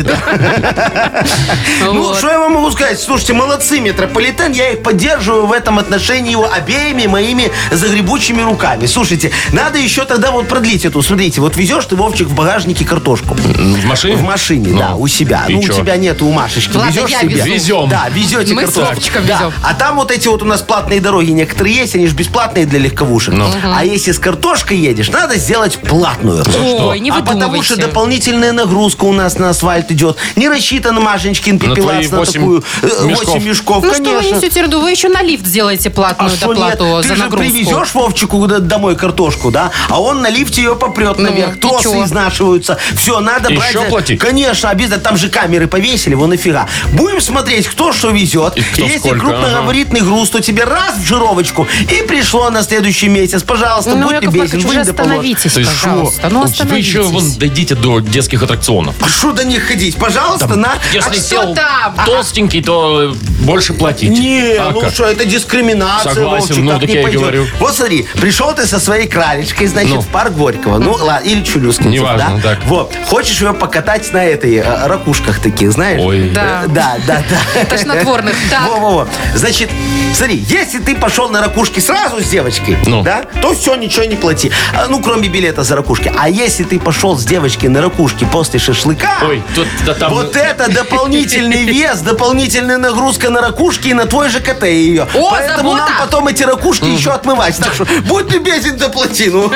да. Ну, Вот. что я вам могу сказать? Слушайте, молодцы, метрополитен, я их поддерживаю в этом отношении его обеими моими загребучими руками. Слушайте, надо еще тогда вот продлить эту, смотрите, вот везешь ты, Вовчик, в багажнике картошку. В машине? В машине, Ну, да, у себя. и Ну, чё? у тебя нету, у Машечки. Ладно, Везешь я себе. везу. Везем. Да, везете Мы с картошку. Вовчиком Да. везем. А там вот эти вот у нас платные дороги некоторые есть, они же бесплатные для легковушек. А если с картошкой едешь, надо сделать платную. Ой, не а потому что выдумывайте. дополнительная нагрузка у нас на асфальт идет. Не рассчитан Машечкин твои пепелац на, восемь такую э, мешков. восемь мешков, Ну что вы конечно. несете ерунду? Вы еще на лифт сделаете А платную что доплату нет? Ты за же нагрузку. привезешь Вовчику куда- домой картошку, да? А он на лифте ее попрет Ну, наверх. и Тросы чё? изнашиваются. Все, надо брать. Еще за- платить? Конечно, обязательно. Там же камеры повесили, вон нафига. Будем смотреть, кто что везет. И кто Если сколько, крупногабаритный груз, то тебе раз в жировочку и пришло на следующий месяц. Пожалуйста, Ну, будь Яков любезен, Маркович, уже вынь да положь. остановитесь, То есть пожалуйста. шо? Ну, Вы остановитесь. еще вон дойдите до детских аттракционов. А что до них ходить? Пожалуйста, на. Если А что сел там? толстенький, то больше платить. Не, А ну как? что, это дискриминация, Согласен, Вовчик, ну, так так не я и пойдет. говорю. Вот смотри, пришел ты со своей кралечкой, значит, Ну. в парк Горького, ну, ладно, или Чулюскин, Неважно, да? так. Вот, хочешь ее покатать на этой э, ракушках таких, знаешь? Ой. Да. Э, Да, да, да. Тошнотворных. Так. Во-во-во. Значит, смотри, если ты пошел на ракушки сразу с девочкой, Ну. да, то все, ничего не плати. А, ну, кроме билета за ракушки. А если ты пошел с девочкой на ракушки после шашлыка, Ой, тут да там... вот это дополнительный вес, дополнительная нагрузка на ракушки и на твой ЖКТ ее. О, Поэтому забота! нам потом эти ракушки еще отмывать. Так что будь любезен, доплати. Ну.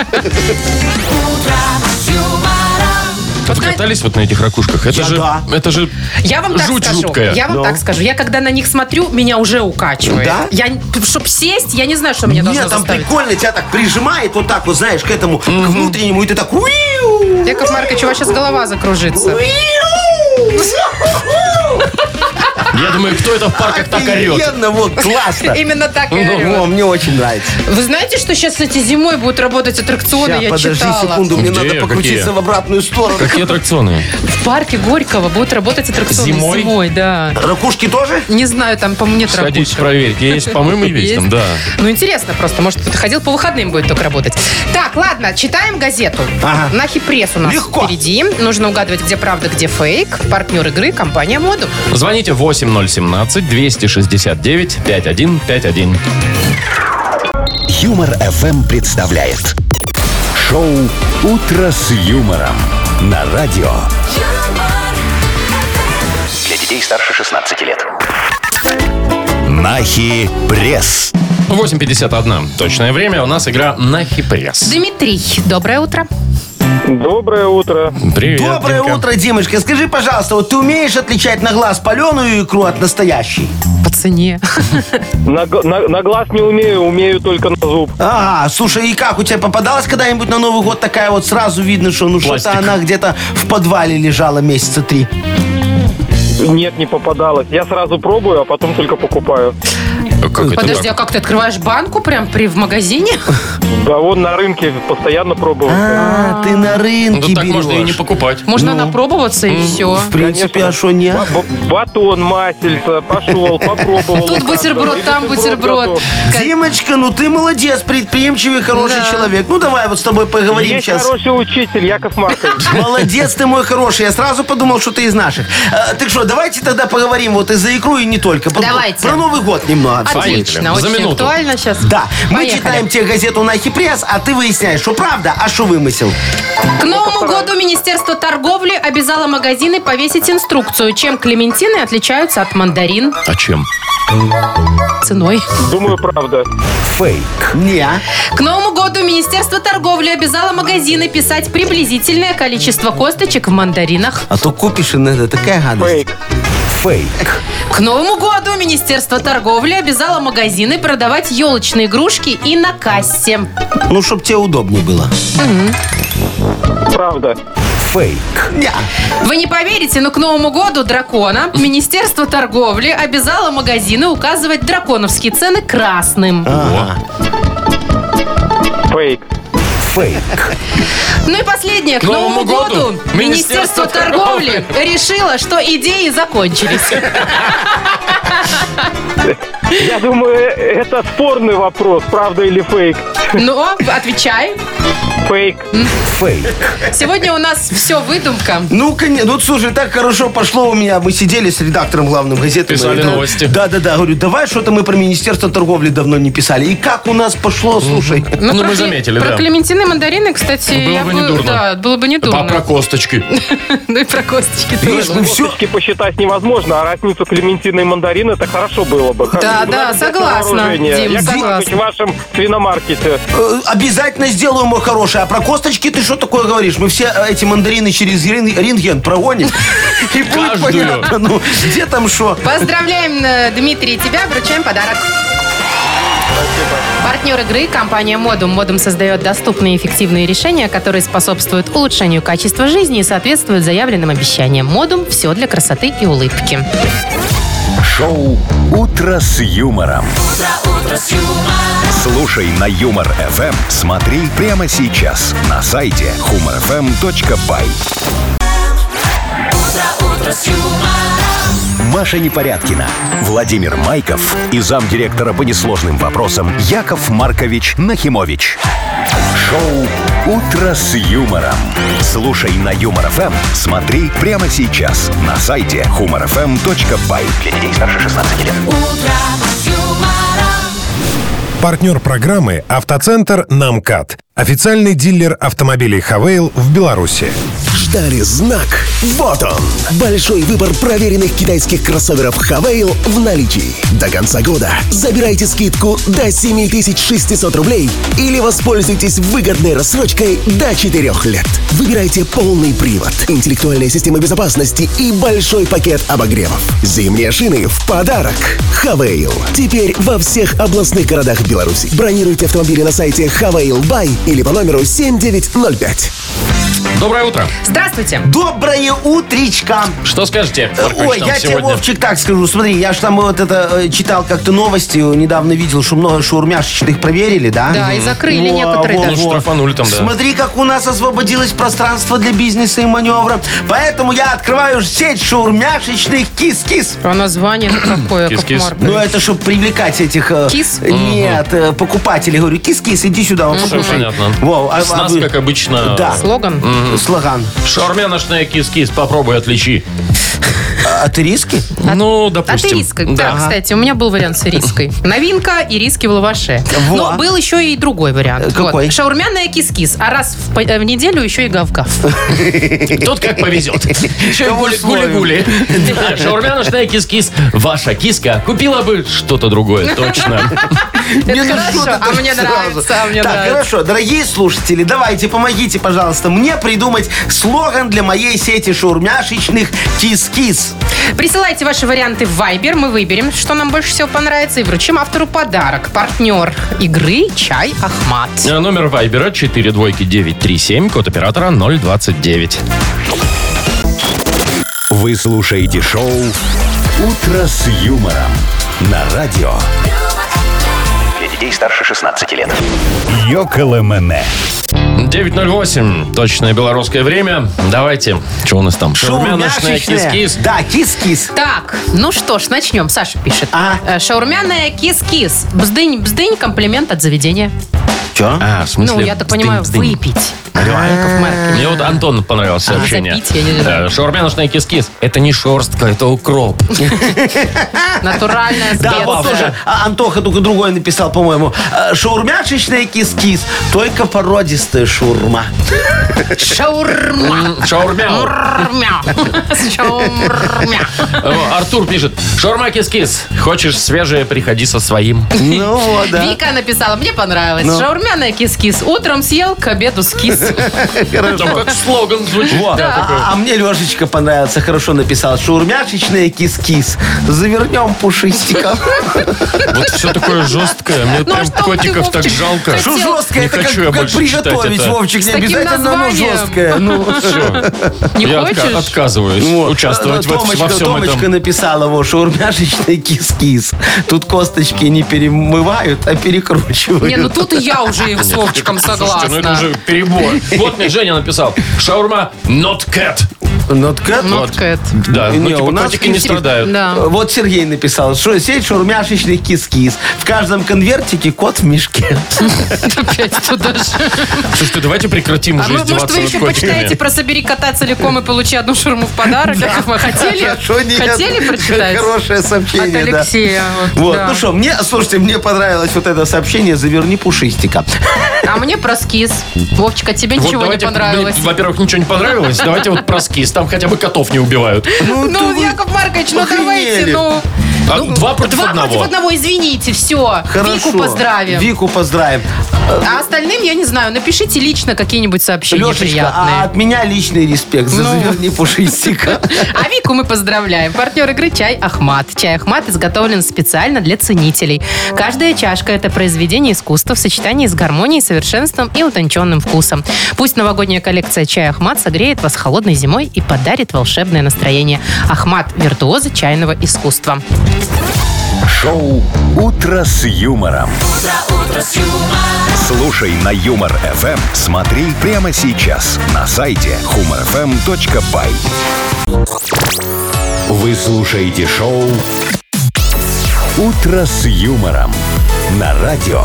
Вы катались вот на этих ракушках? Это Я же, да. это же Я вам так жуть скажу. жуткая. Я вам Ну. так скажу. Я когда на них смотрю, меня уже укачивает. Да? Я, чтоб сесть, я не знаю, что меня должно Нет, там заставить. прикольно, тебя так прижимает вот так вот, знаешь, к этому, к внутреннему, и ты так... «Уиу! Яков Маркович, у вас сейчас голова закружится. Уиу!» Я думаю, кто это в парках так орет? Офигенно, вот, классно. Именно так и Ну, орёт. во, мне очень нравится. Вы знаете, что сейчас, кстати, зимой будут работать аттракционы? Ща, Я подожди читала. секунду, мне Где? надо покрутиться Какие? в обратную сторону. Какие аттракционы? В парке Горького будут работать аттракционы Зимой? да. Ракушки тоже? Не знаю, там, по-моему, нет Сходите, ракушек. проверьте. Есть, по-моему, есть там, да. Ну, интересно просто. Может, кто-то ходил по выходным будет только работать. Так, ладно, читаем газету. Ага. Нахи пресс у нас Легко. впереди. Нужно угадывать, где правда, где фейк. Партнер игры — компания «Модум». Звоните восемь ноль семнадцать двести шестьдесят девять пятьдесят один пятьдесят один. Юмор эф эм представляет шоу «Утро с юмором» на радио. Для детей старше шестнадцати лет. Нахи пресс. восемь пятьдесят один. Точное время. У нас игра Нахи пресс. Дмитрий, доброе утро. Доброе утро. Привет, Доброе Димка. утро, Димочка. Скажи, пожалуйста, вот ты умеешь отличать на глаз паленую икру от настоящей? По цене. На, г- на- на глаз не умею, умею только на зуб. Ага, слушай, и как, у тебя попадалась когда-нибудь на Новый год такая вот сразу видно, что ну что-то Пластик. она где-то в подвале лежала месяца три? Нет, не попадалось. Я сразу пробую, а потом только покупаю. Как это Подожди, так? а как ты открываешь банку прям при в магазине? Да вон на рынке постоянно пробую. А, ты на Ну, рынке так можно и не берешь. покупать. Можно напробоваться и все. В принципе, Конечно. а что не? Ба- ба- Батон, масельца, пошел, попробовал. Тут бутерброд, там бутерброд. готов. Димочка, ну ты молодец, предприимчивый, хороший Да. человек. Ну давай вот с тобой поговорим Есть сейчас. хороший учитель, Яков Маркович. Молодец ты мой хороший. Я сразу подумал, что ты из наших. А, так что, давайте тогда поговорим вот и за икру, и не только. Про- Давайте. Про Новый год немного. Отлично, За очень минуту. актуально сейчас. Да, мы Поехали. читаем тебе газету «Нахи пресс», а ты выясняешь, что правда, а что вымысел. К Новому году Министерство торговли обязало магазины повесить инструкцию, чем клементины отличаются от мандарин А чем? ценой. Думаю, правда. Фейк. Не. К Новому году Министерство торговли обязало магазины писать приблизительное количество косточек в мандаринах. А то купишь, и это такая гадость. Фейк. Фейк. К Новому году Министерство торговли обязало магазины продавать елочные игрушки и на кассе. Ну, чтоб тебе удобнее было. Правда. Фейк. Не. Вы не поверите, но к Новому году дракона Министерство торговли обязало магазины указывать драконовские цены красным. Ага. Фейк. Фейк. Ну и последнее. К, К Новому Новому году, году Министерство Министерство торговли решило, что идеи закончились. Я думаю, это спорный вопрос, правда или фейк. Но отвечай. Фейк. Фейк. Сегодня у нас все выдумка. Ну, конечно, ну, слушай, так хорошо пошло у меня. Мы сидели с редактором главным газеты. Писали Да, новости. Да-да-да, говорю, давай что-то мы про Министерство торговли давно не писали. И как у нас пошло, слушай. Ну, про мы кле- заметили, Про да. клементины и мандарины, кстати, Было я бы не дурно. Да, было бы не А дурно. про косточки? Ну и про косточки Видишь, тоже. ну все. Косточки посчитать невозможно, а разницу клементины и мандарины это хорошо было бы. Да, Надо да, взять согласна, на вооружение. Дим, Яков согласна. Маркович, в вашем свиномаркете. Э, Обязательно сделаю, мой хороший. А про косточки ты что такое говоришь? Мы все э, эти мандарины через рен- рентген прогоним. И будет Каждую. понятно, ну, где там что. Поздравляем, э, Дмитрий, тебя. Вручаем подарок. Партнер игры – компания «Модум». «Модум» создает доступные и эффективные решения, которые способствуют улучшению качества жизни и соответствуют заявленным обещаниям. «Модум» – все для красоты и улыбки. Шоу «Утро с юмором». Слушай на Юмор эф эм. Смотри прямо сейчас на сайте humor f m точка by. Маша Непорядкина, Владимир Майков и замдиректора по несложным вопросам Яков Маркович Нахимович. Шоу «Утро с юмором». Слушай на Юмор эф эм. Смотри прямо сейчас на сайте humor f m точка by. Для детей старше шестнадцати лет. Партнер программы «Автоцентр Намкат». Официальный дилер автомобилей «Хавейл» в Беларуси. Ждали знак. Вот он. Большой выбор проверенных китайских кроссоверов «Хавейл» в наличии. До конца года забирайте скидку до семь тысяч шестьсот рублей или воспользуйтесь выгодной рассрочкой до четырёх лет. Выбирайте полный привод, интеллектуальная система безопасности и большой пакет обогревов. Зимние шины в подарок. «Хавейл» теперь во всех областных городах Беларуси. Бронируйте автомобили на сайте «Хавейл Бай» или по номеру семь девять ноль пять. Доброе утро. Здравствуйте. Доброе утречко. Что скажете, Маркович, Ой, нам я тебе, сегодня? Вовчик, так скажу. Смотри, я же там вот это э, читал как-то новости, недавно видел, что много шаурмяшечных проверили, да? Да, и закрыли Во, некоторые во, даже. Ну, во. штрафанули там, да. Смотри, как у нас освободилось пространство для бизнеса и маневра. Поэтому я открываю сеть шаурмяшечных кис-кис. А название какое, Яков Кис-кис. Маркович? Ну, это чтобы привлекать этих... э, Кис? Нет, э, покупателей. Говорю, кис-кис, иди сюда. вот, Все покушай. понятно. Во, а- С а нас, вы- как обычно, Да. Слоган? Слоган. шаурмяночная кис-кис, попробуй отличи. А ты риски? Ну, От допустим. ириска. Да. Да, кстати, у меня был вариант с ириской. Новинка ириски в лаваше. Во. Но был еще и другой вариант. Какой? Вот. Шаурмяная кис-кис. А раз в, по- в неделю еще и гав-гав. Тут как повезет. Еще и Кому гули- свой. гули-гули. Да, шаурмяночная кис-кис. Ваша киска купила бы что-то другое, точно. Не, Это ну хорошо, что ты а так мне сразу? нравится, а мне Так, нравится. хорошо, дорогие слушатели, давайте, помогите, пожалуйста, мне придумать слоган для моей сети шаурмяшечных кис-кис. Присылайте ваши варианты в Viber. Мы выберем, что нам больше всего понравится, и вручим автору подарок. Партнер игры «Чай Ахмат». А Номер вайбера четыре двойки девять три семь, код оператора ноль двадцать девять. Вы слушаете шоу «Утро с юмором» на радио. Для детей старше шестнадцати лет. Йоколэмэне. девять ноль восемь. Точное белорусское время. Давайте. Что у нас там? Шаурмяночная Шаурмяшечная. кис-кис. Да, кис-кис. Так, ну что ж, начнем. Саша пишет. А? Э, Шаурмяная кис-кис. Бздынь-бздынь, комплимент от заведения. Че? А, в смысле? Ну, я так понимаю, бздынь-бздынь. выпить. Яков Маркович. Мне вот Антон понравилось А, сообщение. запить, я не знаю. Э, Шаурмяночная кис-кис. Это не шерстка, это укроп. Натуральная Да, вот специя. тоже а, Антоха только другой написал, по-моему. э, Шаурмяшечная кис-кис, только породистая шаурма. Шаурма. Шаурмяу. Шаурмя. Шаурмя. О, Артур пишет. Шаурма кис-кис. Хочешь свежее, приходи со своим. Ну вот, да. Вика написала, мне понравилось. Ну. Шаурмяная кис-кис. Утром съел, к обеду скис. Там как слоган звучит. Во. Да, такой. А, а мне Лешечка понравился, хорошо написал. Шаурмяшечная кис-кис. Завернем пушистиком. Вот все такое жесткое. Мне Ну, а прям что ты, котиков так Вовчик, жалко. хотел? Что жесткое, Не это хочу я как, как больше читать приготовить, это. Вовчик, не С таким обязательно, но названием. жесткое. Ну, Все. Не Я хочешь? отка- отказываюсь вот. участвовать в, Томочка, во всем Томочка этом. написала, вот, шаурмяшечный кис-кис. Тут косточки не перемывают, а перекручивают. Не, ну тут и я уже и с Вовчиком Слушайте, ну это согласна. уже перебор. Вот мне Женя написал. Шаурма not cat. Ноткэт? Not cat. Да, ну Не, типа у нас котики не кис-кис. страдают. Да. Вот Сергей написал, что сеть шаурмяшечный кис-кис. В каждом конвертике кот в мешке. Опять туда же. Слушайте, давайте прекратим А уже вы, может, издеваться вы над еще котиками. почитаете про «Собери кота целиком и получи одну шаурму в подарок»? Как вы хотели? Хорошо, нет. Хотели прочитать? Хорошее сообщение, От да. Алексея. Вот, Вот, да. ну что, мне, слушайте, мне понравилось вот это сообщение «Заверни пушистика». А мне про скис. Вовчика, тебе Вот ничего не давайте, понравилось? мне, во-первых, ничего не понравилось. Давайте вот про скис. Там хотя бы котов не убивают. Ну, Яков Маркович, ну давайте, охренели. ну... А два против Два одного. против одного, извините, все. Хорошо. Вику поздравим. Вику поздравим. А остальным, я не знаю, напишите лично какие-нибудь сообщения Лешечка, приятные. а от меня личный респект за Ну. «Заверни пушистика». А Вику мы поздравляем. Партнер игры «Чай Ахмат». Чай Ахмат изготовлен специально для ценителей. Каждая чашка – это произведение искусства в сочетании с гармонией, совершенством и утонченным вкусом. Пусть новогодняя коллекция «Чай Ахмат» согреет вас холодной зимой и подарит волшебное настроение. Ахмат – виртуозы чайного искусства. Шоу «Утро с юмором». Слушай на Юмор эф эм. Смотри прямо сейчас на сайте humor эф эм точка бай. Вы слушаете шоу «Утро с юмором» на радио.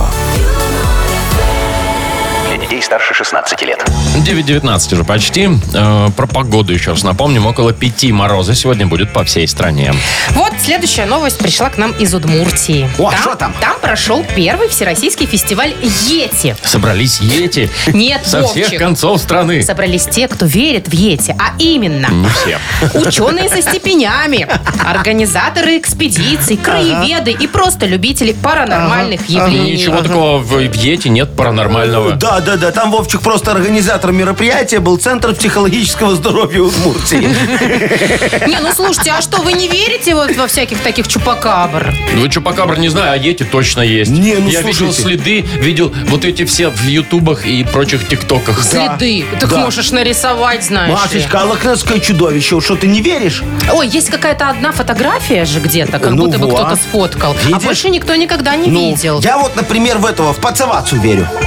Для детей старше шестнадцати лет. девять девятнадцать уже почти. Э, про погоду еще раз напомним. Около пяти мороза сегодня будет по всей стране. Вот следующая новость пришла к нам из Удмуртии. О, что там? Там прошел первый всероссийский фестиваль «Йети». Собрались йети Нет, со всех Вовчик. концов страны. Собрались те, кто верит в Йети, а именно Не все. ученые со степенями, организаторы экспедиций, краеведы и просто любители паранормальных явлений. Ничего такого в йети нет паранормального. Да, да, да. Там, Вовчик, просто организатор мероприятия был Центр психологического здоровья Удмуртии. Не, ну слушайте, а что, вы не верите вот во всяких таких чупакабр? Вы чупакабр не знаю, а йети точно есть. Не, ну Я видел слушайте. следы, видел вот эти все в ютубах и прочих тиктоках. Следы. Ты да. можешь нарисовать, знаешь ли. Машечка, а лохнесское чудовище, вот что, ты не веришь? Ой, есть какая-то одна фотография же где-то, как Ну будто бы вот. кто-то сфоткал. А Видишь? больше никто никогда не Ну, видел. я вот, например, в этого, в Пацавацу верю.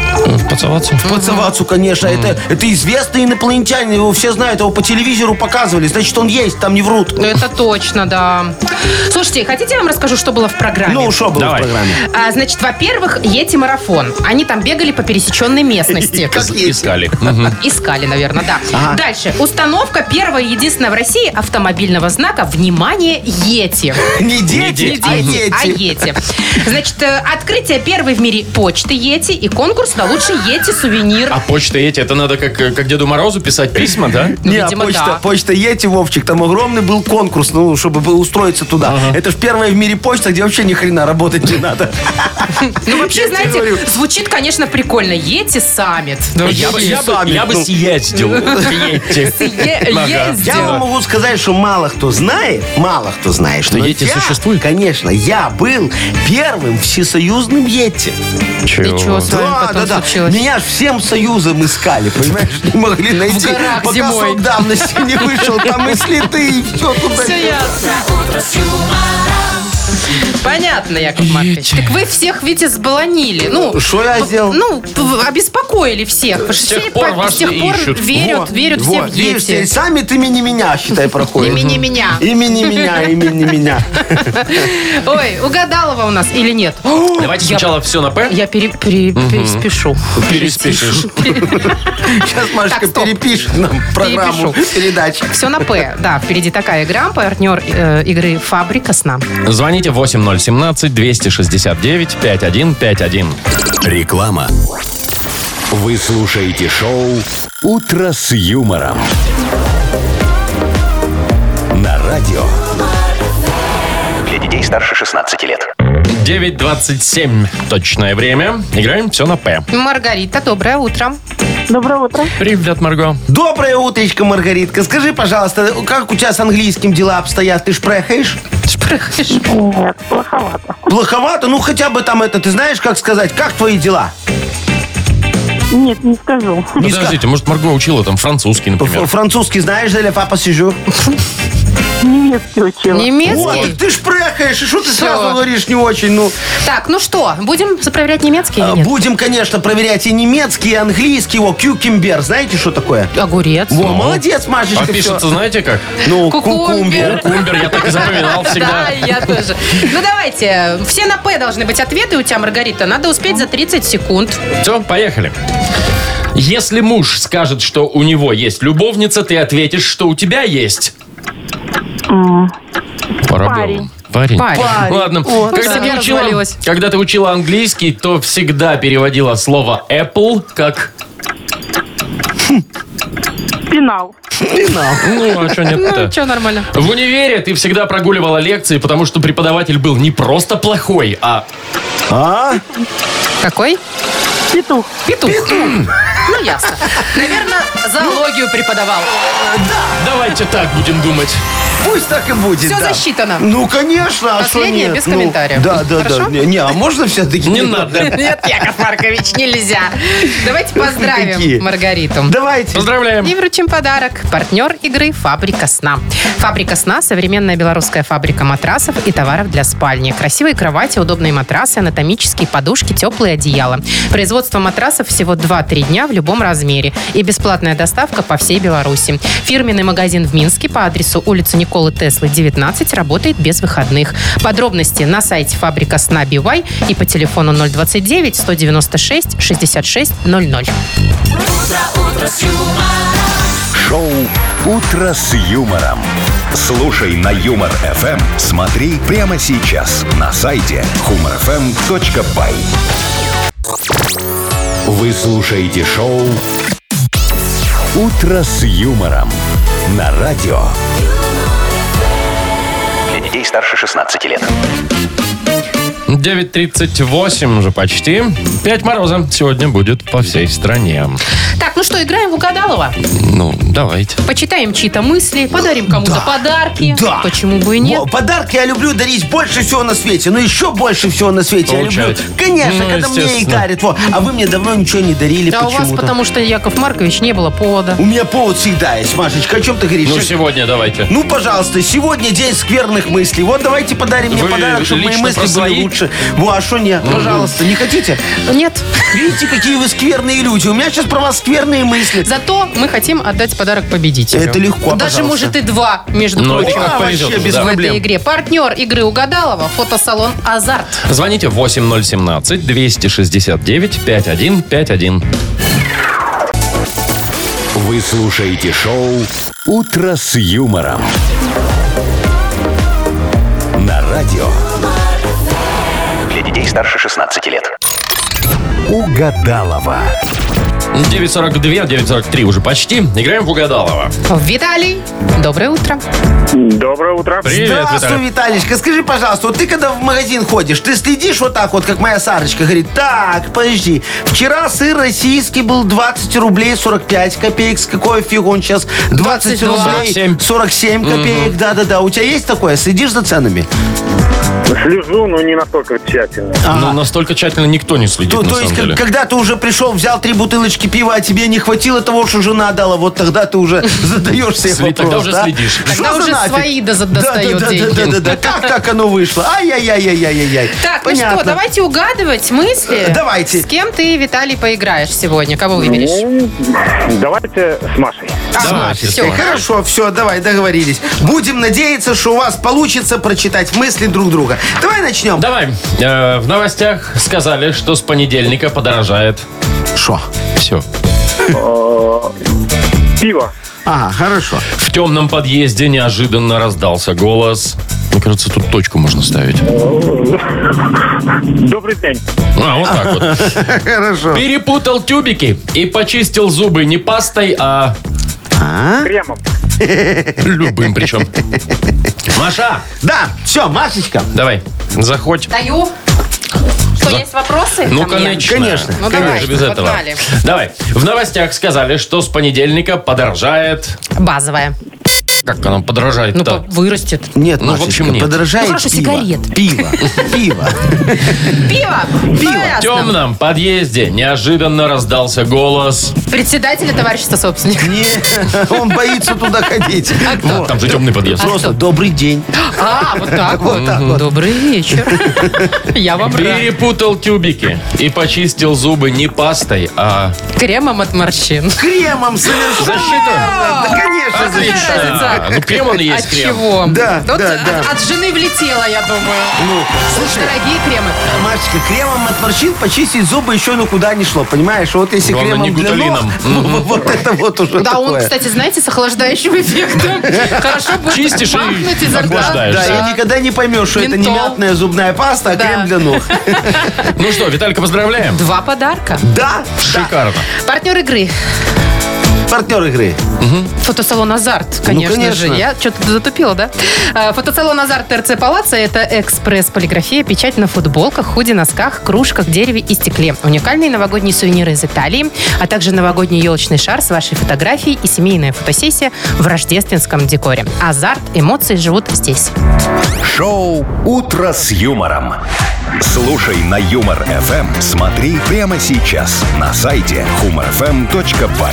Поцеловаться? Поцеловаться, конечно. Это, это известный инопланетянин. Его все знают. Его по телевизору показывали. Значит, он есть, там не врут. Это точно, да. Слушайте, хотите, я вам расскажу, что было в программе? Ну, что было Давай. в программе? А, значит, во-первых, Йети-марафон. Они там бегали по пересеченной местности. Как есть. Искали. Мгм. Искали, наверное, да. Ага. Дальше. Установка первого и единственного в России автомобильного знака «Внимание, Йети». Не дети, дети, а Дети, а дети. Йети. Значит, э, открытие первой в мире почты Йети и конкурс на лучший Йети-сувенир. А почта эти, это надо как, как Деду Морозу писать письма, да? Ну, Не, а видимо, почта, да. почта Йети, Вовчик, там огромный был конкурс, ну, чтобы было устроиться туда. Это же первая в мире почта, где вообще ни хрена работать не надо. Ну, вообще, Я тебе знаете, говорю. звучит, конечно, прикольно. Йети Саммит. Я бы, я бы, сами, я бы ну. съездил. Едьте. Ага. Я вам могу сказать, что мало кто знает, мало кто знает, что Йети я, существует? Конечно, я был первым всесоюзным Йети. И что с вами Да, потом да, да. случилось? Меня ж всем союзом искали, понимаешь? Не могли найти. горах Пока зимой. срок давности не вышел, там и следы, и все туда. Все ясно. Понятно, Яков Маркович. Так вы всех, видите, сбаланили. Ну, Что я сделал? ну, п- обеспокоили всех. Потому что С тех все пор по- вас с тех и пор ищут. верят, Вот, верят все вот, в видишь, Йети. сами ты имени меня, считай, проходит. Имени меня. Имени меня, имени меня. Ой, угадалова у нас или нет? Давайте Я- сначала все на П. Я пере- пере- переспешу. Переспишешь. Сейчас Машечка Так, стоп. перепишет нам программу Перепишу. передач. Все на П. Да, впереди такая игра. Партнер э, игры «Фабрика сна». Звоните восемь ноль семнадцать двести шестьдесят девять пятьдесят один пятьдесят один. Реклама. Вы слушаете шоу «Утро с юмором». На радио. Для детей старше шестнадцати лет. девять двадцать семь точное время. Играем все на П. Маргарита, доброе утро. Доброе утро. Привет, Марго. Доброе утречко, Маргаритка. Скажи, пожалуйста, как у тебя с английским дела обстоят? Ты шпрехаешь? Шпрыхаешь. Нет, плоховато. Плоховато? Ну, хотя бы там это, ты знаешь, как сказать? Как твои дела? Нет, не скажу. Не Подождите, может, Марго учила там французский, Ф- например. Французский знаешь, Зеля, папа сижу? Немецкий учила. Вот, Немецкий? ты шпрехаешь, и что ты Всё. сразу говоришь не очень, ну... Так, ну что, будем проверять немецкий или А, нет? Будем, конечно, проверять и немецкий, и английский. О, кюкембер, знаете, что такое? Огурец. Во, молодец, Машечка. А всё. пишется, знаете как? Ну, Кукумбер. Кумбер, я так и запоминал Да, всегда. я тоже. Ну, давайте. Все на «П» должны быть ответы у тебя, Маргарита. Надо успеть за тридцать секунд. Все, поехали. Если муж скажет, что у него есть любовница, ты ответишь, что у тебя есть. Парень. Парень. Парень. Ладно. О, когда, семья ты учила, развалилась. когда ты учила английский, то всегда переводила слово Apple как... Пенал. Ну, а что Ну, нет-то? что, нормально. В универе ты всегда прогуливала лекции, потому что преподаватель был не просто плохой, а... А? Какой? Петух. Петух. Ну, ясно. Наверное, зоологию преподавал. Давайте так будем думать. Пусть так и будет, Все да. засчитано. Ну, конечно, а что Последнее нет? без Ну, комментариев. Да, да, Хорошо? да. Не, не, а можно все-таки? Не надо. Нет, Яков Маркович, нельзя. Давайте поздравим какие? Маргариту. Давайте. Поздравляем. И вручим подарок. Партнер игры «Фабрика сна». «Фабрика сна» – современная белорусская фабрика матрасов и товаров для спальни. Красивые кровати, удобные матрасы, анатомические подушки, теплые одеяла. Производство матрасов всего два-три дня в любом размере. И бесплатная доставка по всей Беларуси. Фирменный магазин в Минске по адресу улица Николы Теслы, девятнадцать, работает без выходных. Подробности на сайте «Фабрика сна Бивай» и по телефону ноль двадцать девять сто девяносто шесть шестьдесят шесть ноль ноль. Шоу «Утро с юмором». Слушай на Юмор эф эм. Смотри прямо сейчас на сайте humor f m точка by. Вы слушаете шоу «Утро с юмором» на радио. Для детей старше шестнадцати лет. девять тридцать восемь уже почти. пять мороза сегодня будет по всей стране. Так, ну что, играем в угадалово? Ну, давайте. Почитаем чьи-то мысли, подарим кому-то Да. подарки. Да. Почему бы и нет? Во, подарки я люблю дарить больше всего на свете. Ну, еще больше всего на свете я Получать. люблю. Конечно, Ну, когда мне и естественно. дарят. Во. А вы мне давно ничего не дарили А у вас почему-то. потому что, Яков Маркович, не было повода. У меня повод всегда есть, Машечка. О чем ты говоришь? Ну, сегодня давайте. Ну, пожалуйста, сегодня день скверных мыслей. Вот давайте подарим мне Вы подарок, чтобы мои лично мысли про были свои? лучше. же. Во, а что нет? Пожалуйста, не хотите? Нет. Видите, какие вы скверные люди. У меня сейчас про вас скверные мысли. Зато мы хотим отдать подарок победителю. Это легко, Даже, пожалуйста. может, и два, между Ну, прочим. как А, повезет, вообще без да. В проблем. этой игре. Партнер игры Угадалова. Фотосалон «Азарт». Звоните восемь ноль семнадцать двести шестьдесят девять пятьдесят один пятьдесят один. Вы слушаете шоу «Утро с юмором». На радио. Для детей старше шестнадцати лет. Угадалова. девять сорок два, девять сорок три уже почти. Играем в Угадалова. Виталий, доброе утро. Доброе утро. Привет, Здравствуй, Виталий. Виталичка. Скажи, пожалуйста, вот ты когда в магазин ходишь, ты следишь вот так вот, как моя Сарочка говорит, так, подожди, вчера сыр российский был двадцать рублей сорок пять копеек, с какой фиг он сейчас двадцать двадцать два. рублей сорок семь. сорок семь копеек, да-да-да. У тебя есть такое? Следишь за ценами? Слежу, но не настолько тщательно. Ну, настолько тщательно никто не следит, То, на то самом есть, деле. как- когда ты уже пришел, взял три бутылочки пива, а тебе не хватило того, что жена дала, вот тогда ты уже задаешь себе Сли- вопрос. тогда уже да? следишь. Что Тогда за уже нафиг? свои до- достает да, да, деньги. Да, да, да, да. Как так оно вышло? Ай-яй-яй-яй-яй-яй. Так, Понятно. ну что, давайте угадывать мысли. Э, давайте. С кем ты, Виталий, поиграешь сегодня? Кого выберешь? Ну, давайте с Машей. А, Давайте, Машечка, всё. Хорошо, все, давай, договорились. Будем надеяться, что у вас получится прочитать мысли друг друга. Давай начнем. Давай. Э, в новостях сказали, что с понедельника подорожает. Шо? Все. Пиво. Ага, хорошо. В темном подъезде неожиданно раздался голос. Мне кажется, тут точку можно ставить. Добрый день. А, вот так вот. Хорошо. Перепутал тюбики и почистил зубы не пастой, а Кремом. любым причем. Маша, Да, все, Машечка. давай, заходь. Даю. Что, За- есть вопросы Ну, ко мне? конечно. Конечно. Ну, Как давай, же без этого. погнали. Давай. В новостях сказали, что с понедельника подорожает. Базовая. Как оно подорожает-то? Ну, по- вырастет. Нет, Ну, в Машечка, общем, нет. подорожает Ну, хорошо, пиво. сигарет. Пиво. Пиво. Пиво. Пиво. В темном подъезде неожиданно раздался голос. Председателя товарищества собственника. Не, он боится туда ходить. Вот. Там же темный подъезд. Просто добрый день. А, вот так вот. Вот так вот. Добрый вечер. Я вам рад. Перепутал тюбики и почистил зубы не пастой, а... Кремом от морщин. Кремом совершенно. Защита? Да, конечно, Какая защита. разница? А, ну, крем он и есть От крем. чего? Да, Вот да, от- да. От жены влетела, я думаю. Ну, слушай, Дорогие кремы. Машечка, кремом от морщин почистить зубы еще никуда не шло, понимаешь? Вот если Главное, кремом не для ног, гуталином. ну, вот это вот уже Да, он, такое. кстати, знаете, с охлаждающим эффектом. Хорошо будет Чистишь и пахнуть изо рта. охлаждаешь. Да, и никогда не поймешь, что это не Ментол. мятная зубная паста, а Да. крем для ног. Ну что, Виталька, поздравляем. Два подарка. Да, Шикарно. Партнер игры. партнер игры. Фотосалон «Азарт», конечно, конечно. же. Я что-то затупила, да? Э, Фотосалон «Азарт» ТРЦ «Палаццо» — это экспресс-полиграфия, печать на футболках, худи, носках, кружках, дереве и стекле. Уникальные новогодние сувениры из Италии, а также новогодний елочный шар с вашей фотографией и семейная фотосессия в рождественском декоре. «Азарт», эмоции живут здесь. Шоу «Утро с юмором». Слушай на Юмор эф эм. Смотри прямо сейчас на сайте humor f m точка by.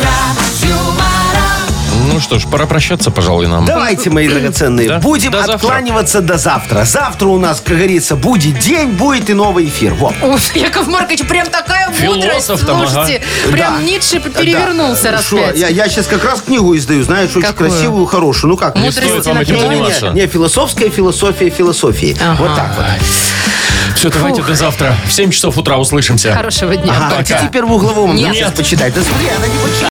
Ну что ж, пора прощаться, пожалуй, нам. Давайте, мои драгоценные, Да? будем До завтра. откланиваться до завтра. Завтра у нас, как говорится, будет день, будет и новый эфир. Вот. Уф, Яков Маркович, прям такая мудрость, Философ там, слушайте. Прям Да. Ницше перевернулся раз Шо, пять. я, я сейчас как раз книгу издаю, знаешь, очень Какую? красивую, хорошую. Ну как? Не Мудрости стоит вам этим на книгу? заниматься. Не, не, философская философия философии. Ага. Вот так вот. Все, давайте до завтра. В семь часов утра услышимся. Хорошего дня. Ага, хотите первую главу вам Нет. сейчас почитать? Да смотри, она не почитает.